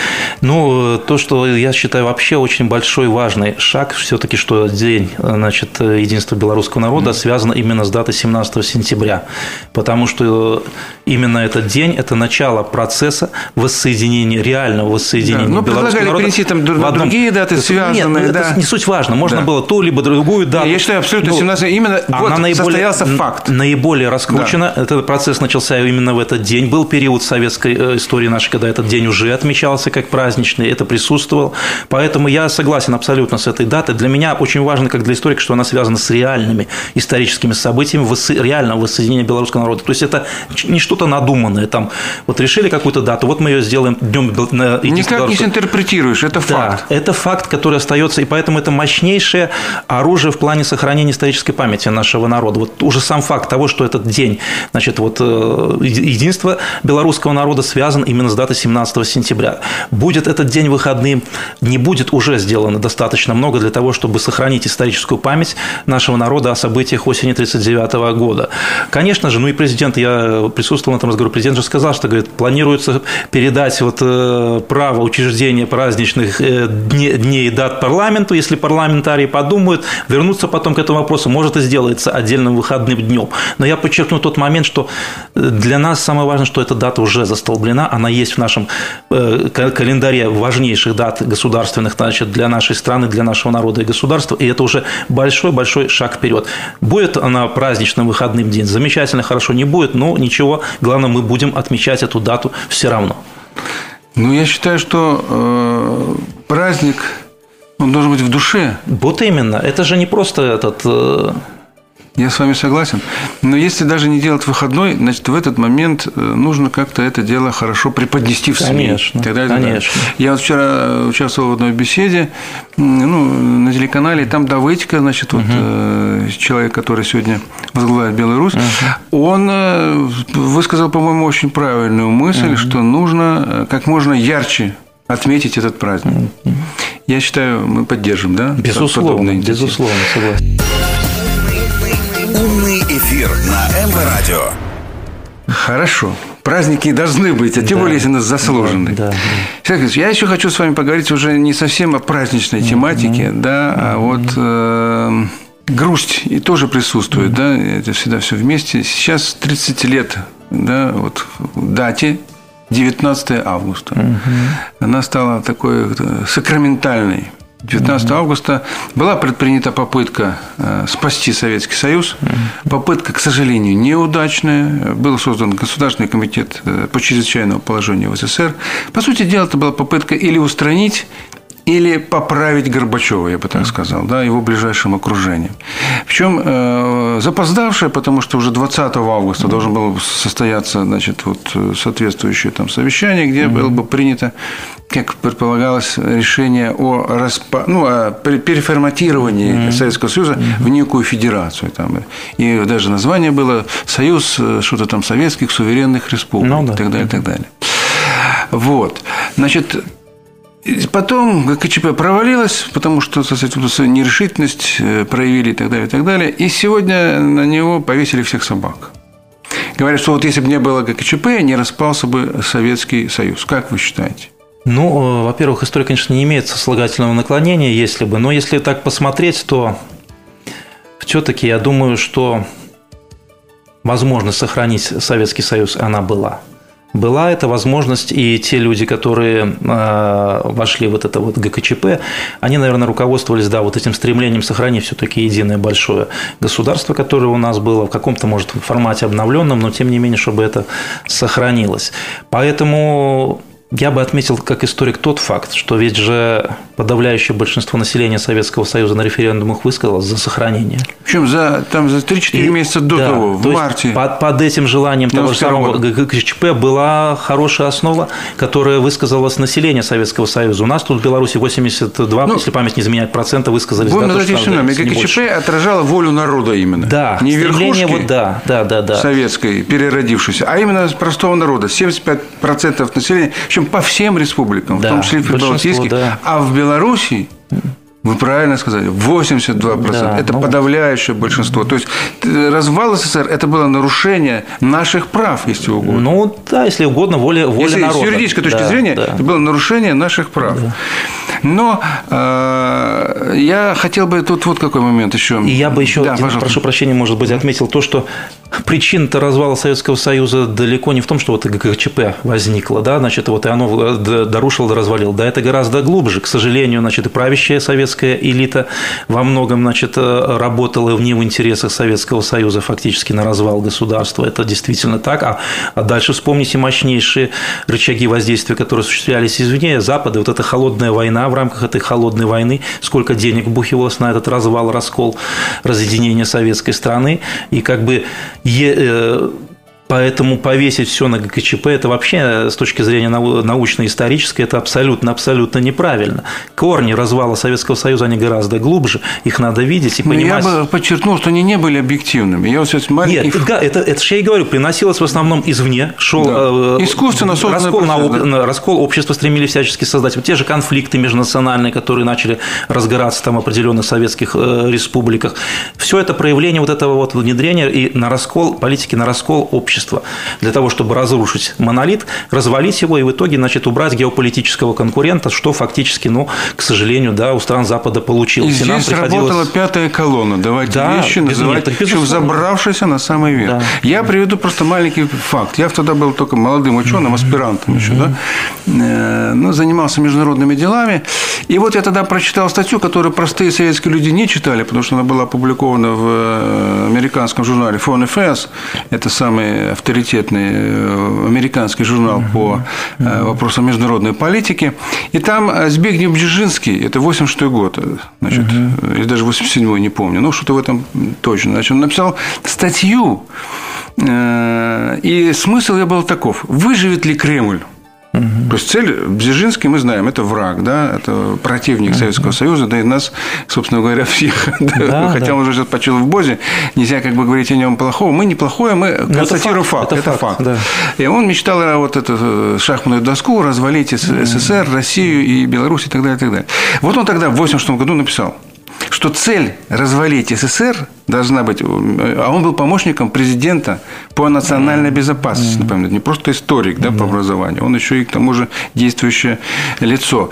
Ну, то, что я считаю вообще очень большой важный шаг, все-таки, что день, значит, единства белорусского народа связан именно с датой семнадцатого сентября, потому что именно этот день – это начало процесса воссоединения, реального воссоединения да, белорусского народа. Ну, предлагали перенести там другие даты, связанные. Нет, да. это не суть важно, можно да. было ту либо другую дату. Я считаю, абсолютно ну, семнадцатое именно вот наиболее, состоялся факт. Наиболее раскручено, да. этот процесс начался именно в этот день. Был период советской истории нашей, когда этот день уже отмечался как праздничный, это присутствовало. Поэтому я согласен абсолютно с этой датой. Для меня очень важно, как для историка, что она связана с реальными историческими событиями реального воссоединения белорусского народа. То есть это не что-то надуманное. Там, вот решили какую-то дату, вот мы ее сделаем днем единства. Никак не синтерпретируешь, это факт. Да, это факт, который остается, и поэтому это мощнейшее оружие в плане сохранения исторической памяти нашего народа. Вот уже сам факт того, что этот день, значит, вот, единства белорусского народа связан именно с датой семнадцатого сентября. Будет этот день выходным, не будет уже сделано достаточно много для того, чтобы сохранить историческую память нашего народа о событиях осени тысяча девятьсот тридцать девятого года. Конечно же, ну и президент, я присутствовал на этом разговоре, президент же сказал, что, говорит, планируется передать вот право учреждения праздничных дней и дат парламенту, если парламентарии подумают, вернуться потом к этому вопросу, может и сделается отдельно отдельным выходным днем. Но я подчеркну тот момент, что для нас самое важное, что эта дата уже застолблена, она есть в нашем календаре важнейших дат государственных, значит, для нашей страны, для нашего народа и государства, и это уже большой-большой шаг вперед. Будет она праздничным выходным день, замечательно, хорошо, не будет, но ничего, главное, мы будем отмечать эту дату все равно. Ну, я считаю, что э, праздник, он должен быть в душе. Вот именно. Это же не просто этот... Э... Я с вами согласен. Но если даже не делать выходной, значит, в этот момент нужно как-то это дело хорошо преподнести в СМИ. Конечно, тогда, конечно. Тогда. Я вот вчера участвовал в одной беседе, ну, на телеканале, там Давыдько, значит, вот угу. человек, который сегодня возглавляет Беларусь, угу. он высказал, по-моему, очень правильную мысль, угу. что нужно как можно ярче отметить этот праздник. Угу. Я считаю, мы поддержим, да? Безусловно, безусловно, согласен. Умный эфир на эм вэ радио. Хорошо. Праздники должны быть, а тем да. более, если у нас заслужены. Да, да. Я еще хочу с вами поговорить уже не совсем о праздничной тематике, mm-hmm. да, а mm-hmm. вот э, грусть и тоже присутствует, mm-hmm. да, это всегда все вместе. Сейчас тридцать лет, да, вот в дате девятнадцатого августа. Mm-hmm. Она стала такой сакраментальной. девятнадцатого августа была предпринята попытка спасти Советский Союз. Попытка, к сожалению, неудачная. Был создан Государственный комитет по чрезвычайному положению в СССР. По сути дела, это была попытка или устранить, или поправить Горбачева, я бы так сказал, да, его ближайшим окружением. Причем э, запоздавшее, потому что уже двадцатого августа должно было состояться, значит, вот, соответствующее там совещание, где было бы принято, как предполагалось, решение о, распа... ну, о переформатировании mm-hmm. Советского Союза mm-hmm. в некую федерацию. Там. И даже название было «Союз что-то там советских суверенных республик» no, да. и так далее, и так далее. Вот. Значит, потом ГКЧП провалилась, потому что, так сказать, свою нерешительность проявили и так далее, и так далее. И сегодня на него повесили всех собак. Говорят, что вот если бы не было ГКЧП, не распался бы Советский Союз. Как вы считаете? Ну, во-первых, история, конечно, не имеет сослагательного наклонения, если бы, но если так посмотреть, то все-таки я думаю, что возможность сохранить Советский Союз, она была. Была эта возможность, и те люди, которые э, вошли в вот это вот ГКЧП, они, наверное, руководствовались, да, вот этим стремлением сохранить все-таки единое большое государство, которое у нас было в каком-то, может, формате обновленном, но тем не менее, чтобы это сохранилось. Поэтому я бы отметил как историк тот факт, что ведь же подавляющее большинство населения Советского Союза на референдумах высказалось за сохранение. Причем за, там, за три-четыре месяца до да, того, в то марте. Под, под этим желанием того же самого ГКЧП была хорошая основа, которая высказалась население Советского Союза. У нас тут в Беларуси восемьдесят два, ну, если память не изменяет, процента высказались за то, что надо, ГКЧП отражала волю народа именно. Да, не верхушки вот, да, да, да, да. советской, переродившейся, а именно простого народа. семьдесят пять процентов населения, причем по всем республикам, да, в том числе и в Прибалтийских, да. А в Беларуси, вы правильно сказали, восемьдесят два процента. Да, это ну... подавляющее большинство. То есть развал СССР – это было нарушение наших прав, если угодно. Ну да, если угодно, воля, воля если народа. С юридической точки да, зрения, да. это было нарушение наших прав. Да. Но э, я хотел бы тут вот какой момент еще. И я бы еще, да, прошу прощения, может быть, отметил то, что причина-то развала Советского Союза далеко не в том, что вот ГКЧП возникло, да, значит, вот и оно дорушило, развалило. Да, это гораздо глубже. К сожалению, значит, и правящая советская элита во многом, значит, работала не в интересах Советского Союза фактически на развал государства. Это действительно так. А, а дальше вспомните мощнейшие рычаги воздействия, которые осуществлялись извне, Запада. Вот эта холодная война, в рамках этой холодной войны, сколько денег вбухивалось на этот развал, раскол, разъединение советской страны. И как бы поэтому повесить все на ГКЧП – это вообще с точки зрения научно-исторической это абсолютно, абсолютно неправильно. Корни развала Советского Союза, они гораздо глубже, их надо видеть и Но понимать. Я бы подчеркнул, что они не были объективными. Я вот сейчас маленький... Нет, да, это, это же я и говорю, приносилось в основном извне, шел да. искусственно раскол, процесс, на, да. раскол общества стремились всячески создать. Вот те же конфликты межнациональные, которые начали разгораться там в определенных советских республиках. Все это проявление вот этого вот внедрения и на раскол, политики на раскол общества сотрудничества для того, чтобы разрушить монолит, развалить его и в итоге, значит, убрать геополитического конкурента, что фактически, ну, к сожалению, да, у стран Запада получилось. И, и здесь нам приходилось... работала пятая колонна. Давайте да, вещи называть, причем забравшаяся на самый верх. Да. Я приведу просто маленький факт. Я тогда был только молодым ученым, аспирантом еще, да, ну, занимался международными делами. И вот я тогда прочитал статью, которую простые советские люди не читали, потому что она была опубликована в американском журнале Foreign Affairs. Это самый авторитетный американский журнал по вопросам международной политики. И там Збигнев Бжезинский, это восемьдесят шестой год, значит, или даже восемьдесят седьмой, не помню, ну, что-то в этом точно. Значит, он написал статью, и смысл ее был таков: выживет ли Кремль? То есть цель Бжезинский, мы знаем, это враг, да, это противник Советского Союза, да и нас, собственно говоря, всех. Да, хотя да. он уже сейчас почил в БОЗе, нельзя как бы говорить о нем плохого. Мы не плохое, мы констатируем факт. Это, это факт. факт. Да. И он мечтал вот эту шахматную доску развалить СССР, Россию и Беларусь и так далее, и так далее. Вот он тогда в восемьдесят шестом году написал, что цель развалить СССР должна быть... А он был помощником президента по национальной безопасности, напомню, не просто историк, да, по образованию, он еще и, к тому же, действующее лицо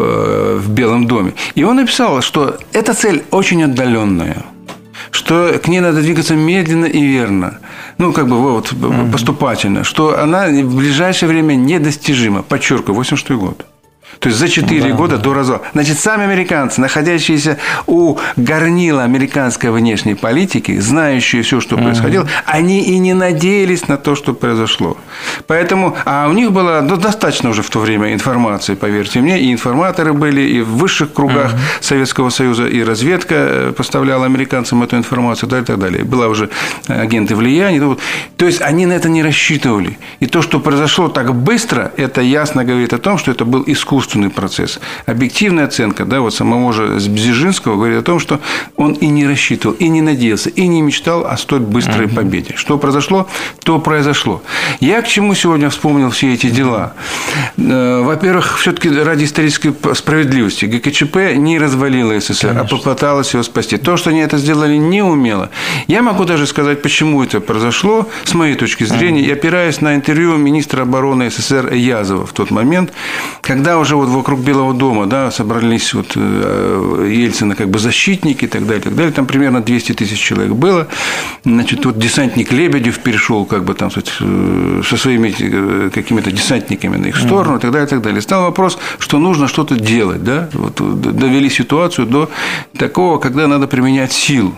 в Белом доме. И он написал, что эта цель очень отдаленная, что к ней надо двигаться медленно и верно, ну, как бы вот поступательно, что она в ближайшее время недостижима. Подчеркиваю, восемьдесят шестой год. То есть за четыре да, года да. до развала. Значит, сами американцы, находящиеся у горнила американской внешней политики, знающие все, что происходило, uh-huh. они и не надеялись на то, что произошло. Поэтому, а у них было ну, достаточно уже в то время информации, поверьте мне, и информаторы были, и в высших кругах uh-huh. Советского Союза, и разведка поставляла американцам эту информацию, да, и так далее. Была уже агенты влияния. То есть они на это не рассчитывали. И то, что произошло так быстро, это ясно говорит о том, что это был искусственный процесс. Объективная оценка, да, вот самого же Бжезинского говорит о том, что он и не рассчитывал, и не надеялся, и не мечтал о столь быстрой uh-huh. победе. Что произошло, то произошло. Я к чему сегодня вспомнил все эти дела? Во-первых, все-таки ради исторической справедливости ГКЧП не развалила СССР, Конечно. а попыталась его спасти. То, что они это сделали неумело. Я могу даже сказать, почему это произошло, с моей точки зрения, uh-huh. и опираясь на интервью министра обороны СССР Язова в тот момент, когда уже вот вокруг Белого дома, да, собрались вот Ельцина как бы защитники и так далее, и так далее. Там примерно двести тысяч человек было. Значит, вот десантник Лебедев перешел как бы там со своими какими-то десантниками на их сторону и так далее, и так далее. Стал вопрос, что нужно что-то делать, да. Вот довели ситуацию до такого, когда надо применять силу.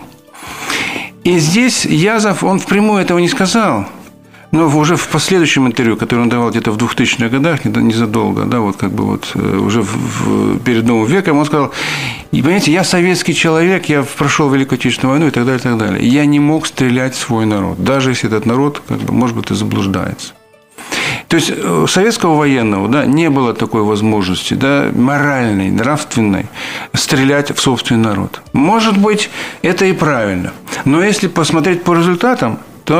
И здесь Язов, он впрямую этого не сказал. Но уже в последующем интервью, которое он давал где-то в двухтысячных годах, незадолго, да, вот как бы вот уже в, перед Новым веком, он сказал: и, понимаете, я советский человек, я прошел Великую Отечественную войну и так далее, и так далее. Я не мог стрелять в свой народ, даже если этот народ, как бы, может быть, и заблуждается. То есть у советского военного, да, не было такой возможности, да, моральной, нравственной стрелять в собственный народ. Может быть, это и правильно. Но если посмотреть по результатам,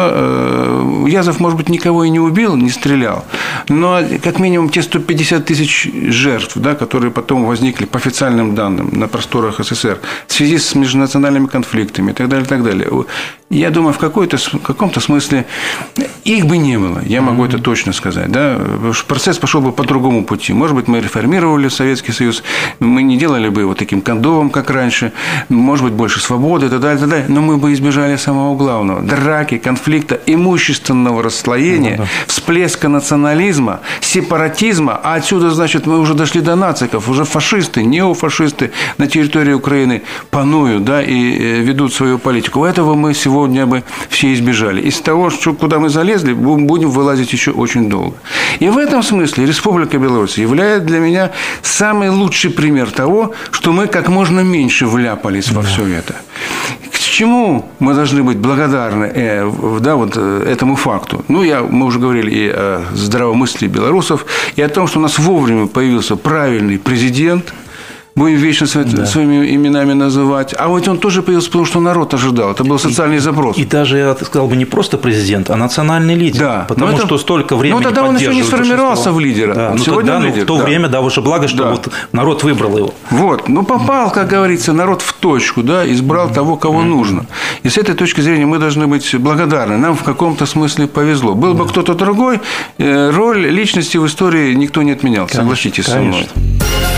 то Язов, может быть, никого и не убил, не стрелял, но как минимум те сто пятьдесят тысяч жертв, да, которые потом возникли по официальным данным на просторах СССР в связи с межнациональными конфликтами и так далее, и так далее. Я думаю, в, какой-то, в каком-то смысле их бы не было, я могу это точно сказать. Да? Процесс пошел бы по другому пути. Может быть, мы реформировали Советский Союз, мы не делали бы его таким кондовым, как раньше, может быть, больше свободы и так далее, и так далее, но мы бы избежали самого главного – драки, конфликта, имущественного расслоения, ну, да. всплеска национализма, сепаратизма, а отсюда, значит, мы уже дошли до нациков, уже фашисты, неофашисты на территории Украины пануют, да, и ведут свою политику. Этого мы сегодня Дня бы все избежали. Из того, что, куда мы залезли, будем вылазить еще очень долго. И в этом смысле Республика Беларусь является для меня самый лучший пример того, что мы как можно меньше вляпались да. во все это. К чему мы должны быть благодарны э, да, вот, этому факту? Ну, я, мы уже говорили и о здравомыслии белорусов, и о том, что у нас вовремя появился правильный президент, будем вечно да. своими именами называть. А вот он тоже появился, потому что народ ожидал. Это был социальный и, запрос. И даже, я сказал бы, не просто президент, а национальный лидер. Да. Потому это, что столько времени Ну, тогда он еще не сформировался в лидера. Да. Ну, сегодня тогда, лидер. Ну, в то да. время, да, уже благо, что да. вот народ выбрал его. Вот. Ну, попал, как говорится, народ в точку, да, избрал mm-hmm. того, кого mm-hmm. нужно. И с этой точки зрения мы должны быть благодарны. Нам в каком-то смысле повезло. Был бы mm-hmm. кто-то другой, роль личности в истории никто не отменял. Конечно, согласитесь конечно. со мной.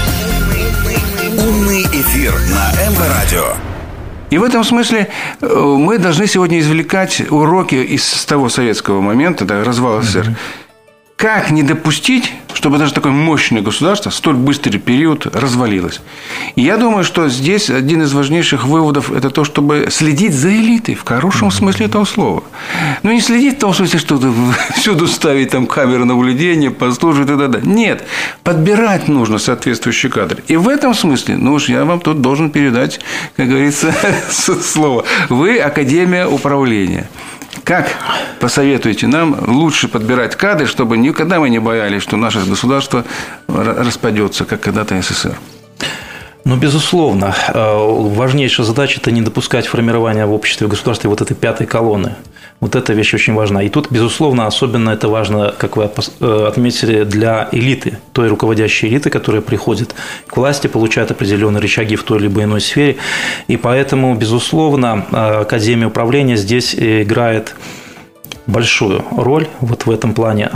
Умный эфир на эм вэ радио. И в этом смысле мы должны сегодня извлекать уроки из того советского момента, да, развала СССР. Mm-hmm. Как не допустить, чтобы даже такое мощное государство в столь быстрый период развалилось? И я думаю, что здесь один из важнейших выводов – это то, чтобы следить за элитой в хорошем смысле этого слова. Ну, не следить в том смысле, что всюду ставить там камеры наблюдения, послушать и т.д. Нет, подбирать нужно соответствующие кадры. И в этом смысле, ну уж я вам тут должен передать, как говорится, слово. Вы Академия управления. Как посоветуете нам лучше подбирать кадры, чтобы никогда мы не боялись, что наше государство распадется, как когда-то СССР? Ну, безусловно, важнейшая задача – это не допускать формирования в обществе и государстве вот этой пятой колонны. Вот эта вещь очень важна. И тут, безусловно, особенно это важно, как вы отметили, для элиты, той руководящей элиты, которая приходит к власти, получает определенные рычаги в той или иной сфере. И поэтому, безусловно, Академия управления здесь играет большую роль вот в этом плане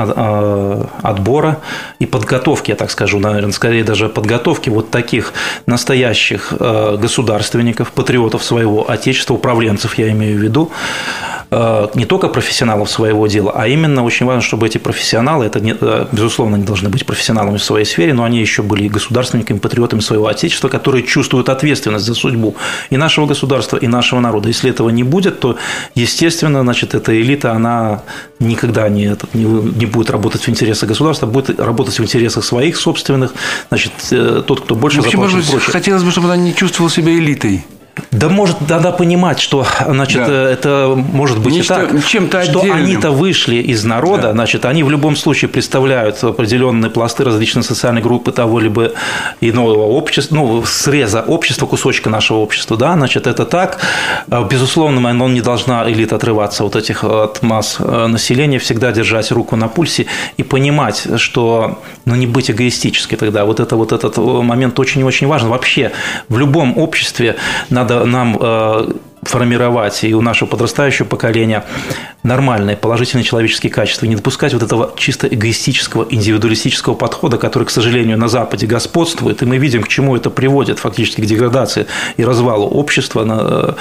отбора и подготовки, я так скажу, наверное, скорее даже подготовки вот таких настоящих государственников, патриотов своего отечества, управленцев, я имею в виду, не только профессионалов своего дела, а именно очень важно, чтобы эти профессионалы, это, не, безусловно, не должны быть профессионалами в своей сфере, но они еще были государственниками, патриотами своего отечества, которые чувствуют ответственность за судьбу и нашего государства, и нашего народа. Если этого не будет, то, естественно, значит, эта элита, она никогда не, не, не будет работать в интересах государства, будет работать в интересах своих собственных, значит, тот, кто больше заплатит, может быть, прочее. Хотелось бы, чтобы она не чувствовала себя элитой. Да, может, надо понимать, что, значит, да. это может быть Нечто, и так, чем-то что отдельным. Они-то вышли из народа, да. значит, они в любом случае представляют определенные пласты различных социальных групп того либо иного общества, ну, среза общества, кусочка нашего общества, да, значит, это так. Безусловно, оно не должна элита отрываться от этих от масс населения, всегда держать руку на пульсе и понимать, что, ну, не быть эгоистически тогда. Вот, это, вот этот момент очень-очень важен. Вообще, в любом обществе надо нам формировать и у нашего подрастающего поколения нормальные, положительные человеческие качества, не допускать вот этого чисто эгоистического, индивидуалистического подхода, который, к сожалению, на Западе господствует, и мы видим, к чему это приводит, фактически к деградации и развалу общества, на,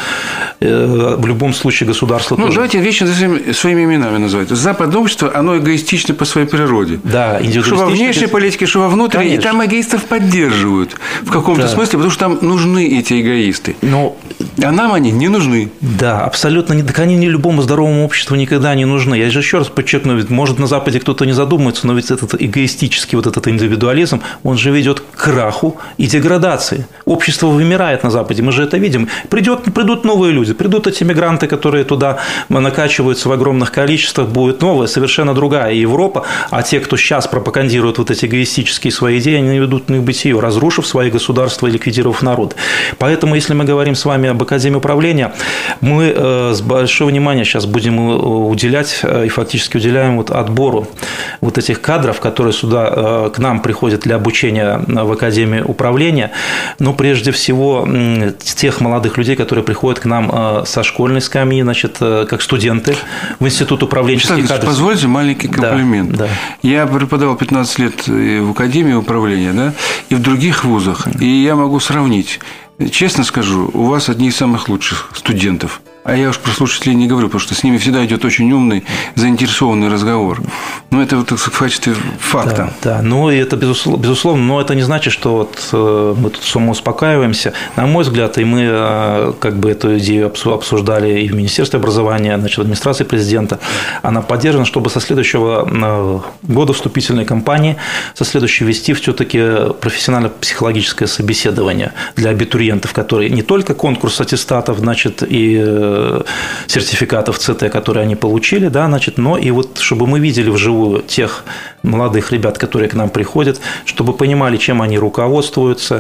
э, в любом случае государства ну, тоже. Давайте вещи своими, своими именами называть. Западное общество, оно эгоистично по своей природе. Да, индивидуалистично. Что во внешней политике, что во внутренней, Конечно. И там эгоистов поддерживают в каком-то да. смысле, потому что там нужны эти эгоисты. Но... А нам они не нужны. Да, абсолютно не. Так они ни любому здоровому обществу никогда не нужны. Я же еще раз подчеркну, ведь может на Западе кто-то не задумается, но ведь этот эгоистический вот этот индивидуализм, он же ведет к краху и деградации. Общество вымирает на Западе, мы же это видим. Придет, придут новые люди, придут эти мигранты, которые туда накачиваются в огромных количествах, будет новая, совершенно другая Европа, а те, кто сейчас пропагандирует вот эти эгоистические свои идеи, они ведут к небытию, разрушив свои государства и ликвидировав народ. Поэтому, если мы говорим с вами об Академии управления, мы с большое внимание сейчас будем уделять и фактически уделяем вот отбору вот этих кадров, которые сюда к нам приходят для обучения в Академии управления, но прежде всего тех молодых людей, которые приходят к нам со школьной скамьи, значит, как студенты в Институт управленческих кадров. Позвольте маленький комплимент. Да, да. Я преподавал пятнадцать лет в Академии управления, да, и в других вузах, и я могу сравнить. Честно скажу, у вас одни из самых лучших студентов. А я уж про слушателей не говорю, потому что с ними всегда идет очень умный, заинтересованный разговор. Ну, это вот в качестве факта. Да, да. Ну, и это безусловно, безусловно, но это не значит, что вот мы тут самоуспокаиваемся. На мой взгляд, и мы как бы эту идею обсуждали и в Министерстве образования, значит, в администрации президента, она поддержана, чтобы со следующего года вступительной кампании, со следующей вести все-таки профессионально-психологическое собеседование для абитуриентов, которые не только конкурс аттестатов, значит, и сертификатов ЦТ, которые они получили, да, значит, но и вот чтобы мы видели вживую тех молодых ребят, которые к нам приходят, чтобы понимали, чем они руководствуются,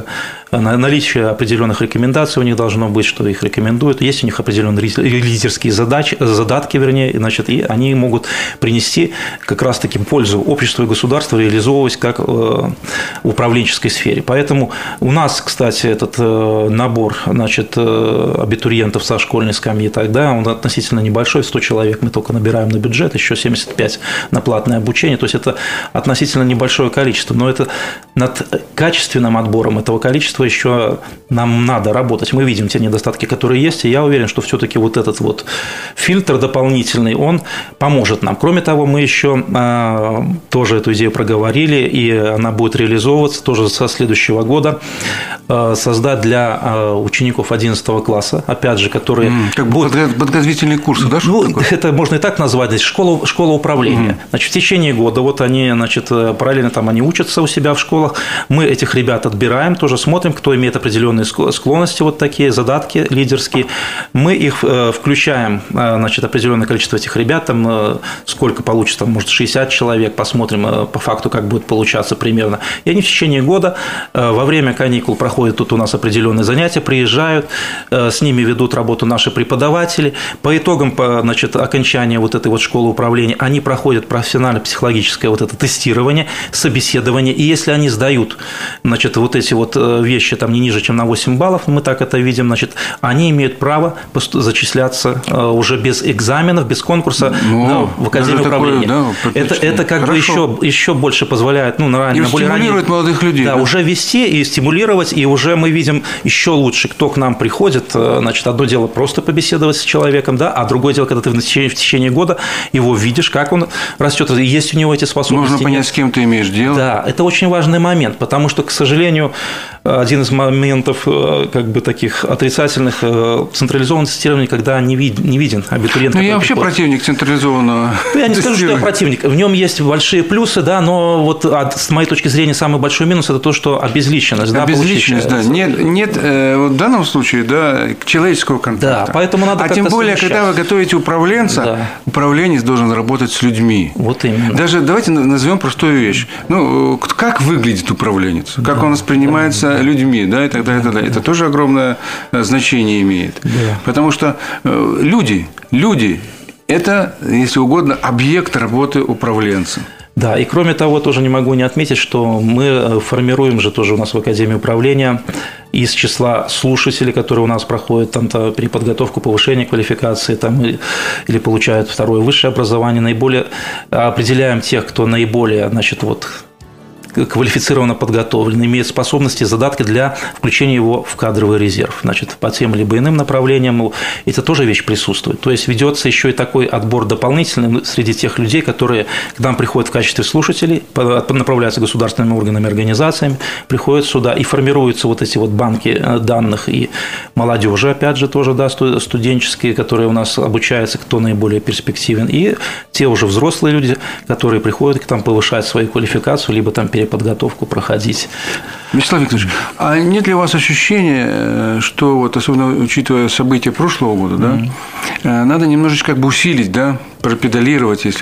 наличие определенных рекомендаций у них должно быть, что их рекомендуют, есть у них определенные лидерские задачи, задатки, вернее, значит, и они могут принести как раз-таки пользу обществу и государству, реализовываясь как в управленческой сфере. Поэтому у нас, кстати, этот набор, значит, абитуриентов со школьной скамьи тогда, он относительно небольшой, сто человек мы только набираем на бюджет, еще семьдесят пять на платное обучение, то есть это относительно небольшое количество, но это над качественным отбором этого количества еще нам надо работать. Мы видим те недостатки, которые есть, и я уверен, что все-таки вот этот вот фильтр дополнительный, он поможет нам. Кроме того, мы еще а, тоже эту идею проговорили, и она будет реализовываться тоже со следующего года, а, создать для а, учеников одиннадцатого класса, опять же, которые… Как будут… подготовительные курсы, да? Ну, это можно и так назвать, здесь школа, школа управления. Mm. Значит, в течение года вот они, значит, параллельно там они учатся у себя в школах, мы этих ребят отбираем, тоже смотрим, кто имеет определенные склонности, вот такие задатки лидерские, мы их включаем, значит, определенное количество этих ребят, там сколько получится, там, может, шестьдесят человек, посмотрим по факту, как будет получаться примерно, и они в течение года во время каникул проходят тут у нас определенные занятия, приезжают, с ними ведут работу наши преподаватели, по итогам, значит, окончания вот этой вот школы управления, они проходят профессионально-психологическое вот это тестирование, собеседование, и если они сдают, значит, вот эти вот вещи там не ниже, чем на восемь баллов, мы так это видим, значит, они имеют право зачисляться уже без экзаменов, без конкурса, ну, да, в Академию управления. Такое, да, это, это как Хорошо. бы еще, еще больше позволяет, ну, на, ранее, на более ранее, молодых людей. Да, да, уже вести и стимулировать, и уже мы видим еще лучше, кто к нам приходит. Значит, одно дело просто побеседовать с человеком, да, а другое дело, когда ты в течение, в течение года его видишь, как он растет, есть у него эти способности. Можно понять, нет. с кем ты имеешь дело. Да, это очень важный момент, потому что, к сожалению, один из моментов как бы таких отрицательных централизованного тестирования, когда не, вид, не виден абитуриент. Ну, я вообще приходит. противник централизованного ну, я не скажу, что я противник. В нем есть большие плюсы, да, но вот с моей точки зрения самый большой минус – это то, что обезличенность. Обезличенность, да. да. Нет, нет в данном случае, да, человеческого контакта. Да, поэтому надо А тем более, совмещать. Когда вы готовите управленца, да. управленец должен работать с людьми. Вот именно. Даже давайте назовем простую вещь. Ну, как выглядит управленец, как да, он воспринимается да, людьми, да, и так далее, да, и так далее. Это тоже огромное значение имеет. Да. Потому что люди, люди – это, если угодно, объект работы управленца. Да, и кроме того, тоже не могу не отметить, что мы формируем же тоже у нас в Академии управления из числа слушателей, которые у нас проходят там при подготовке, повышении квалификации там, или получают второе высшее образование, наиболее определяем тех, кто наиболее, значит, вот, квалифицированно подготовлен, имеет способности и задатки для включения его в кадровый резерв. Значит, по тем либо иным направлениям это тоже вещь присутствует. То есть ведется еще и такой отбор дополнительный среди тех людей, которые к нам приходят в качестве слушателей, направляются государственными органами, организациями, приходят сюда и формируются вот эти вот банки данных и молодежи, опять же, тоже, да, студенческие, которые у нас обучаются, кто наиболее перспективен, и те уже взрослые люди, которые приходят к нам повышать свою квалификацию, либо там переподготовку проходить. Вячеслав Викторович, а нет ли у вас ощущения, что, вот, особенно учитывая события прошлого года, mm-hmm. да, надо немножечко как бы усилить, да, пропедалировать, если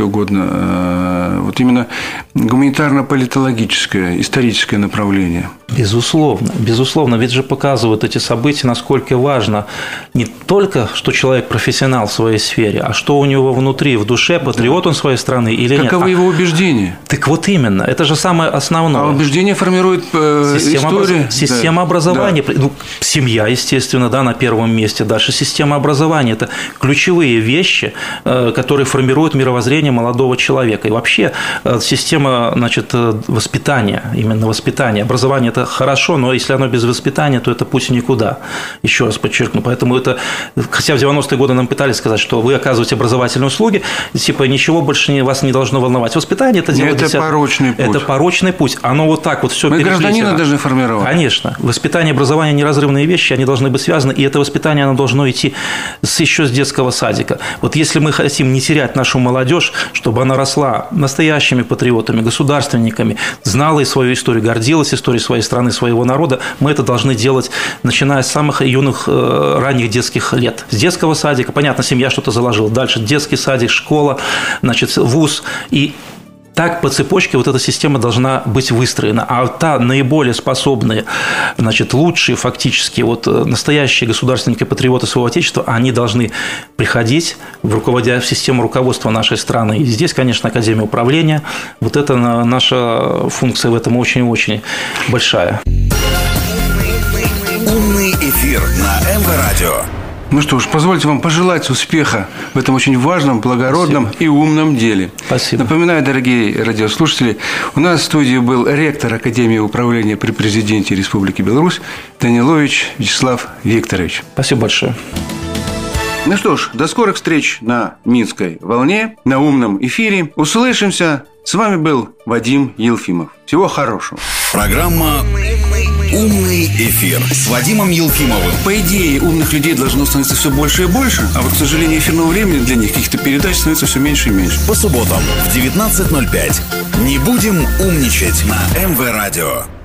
угодно, вот именно гуманитарно-политологическое, историческое направление? Безусловно, безусловно, ведь же показывают эти события, насколько важно не только, что человек профессионал в своей сфере, а что у него внутри, в душе, патриот да. он своей страны или Каковы нет. Каковы его убеждения? Так вот именно, это же самое основное. А убеждения формируют система, историю. Образ... система да. образования, да. Ну, семья, естественно, да, на первом месте, дальше система образования – это ключевые вещи, которые формируют мировоззрение молодого человека. И вообще система, значит, воспитания, именно воспитания, образование – это хорошо, но если оно без воспитания, то это путь никуда. Еще раз подчеркну. Поэтому это, хотя в девяностые годы нам пытались сказать, что вы оказываете образовательные услуги, типа ничего больше не, вас не должно волновать. Воспитание – это дело Это десят... порочный путь. Это порочный путь. Оно вот так вот все Мы гражданина должны формировать. Конечно. Воспитание, образование – неразрывные вещи, они должны быть связаны, и это воспитание оно должно идти с, еще с детского садика. Вот если мы хотим не терять нашу молодежь, чтобы она росла настоящими патриотами, государственниками, знала и свою историю, гордилась историей своей страны, своего народа, мы это должны делать, начиная с самых юных, ранних детских лет. С детского садика, понятно, семья что-то заложила, дальше детский садик, школа, значит, вуз, и Так по цепочке вот эта система должна быть выстроена. А та наиболее способные, значит, лучшие фактически вот настоящие государственники, патриоты своего отечества, они должны приходить, руководя в систему руководства нашей страны. И здесь, конечно, Академия управления. Вот это наша функция в этом очень-очень большая. Умный эфир на эм вэ радио. Ну что ж, позвольте вам пожелать успеха в этом очень важном, благородном Спасибо. И умном деле. Спасибо. Напоминаю, дорогие радиослушатели, у нас в студии был ректор Академии управления при президенте Республики Беларусь Данилович Вячеслав Викторович. Спасибо большое. Ну что ж, до скорых встреч на Минской волне, на умном эфире. Услышимся. С вами был Вадим Елфимов. Всего хорошего. Программа «Умный эфир» с Вадимом Елфимовым. По идее, умных людей должно становиться все больше и больше, а вот, к сожалению, эфирного времени для них, каких-то передач, становится все меньше и меньше. По субботам в девятнадцать ноль пять. Не будем умничать на эм вэ радио.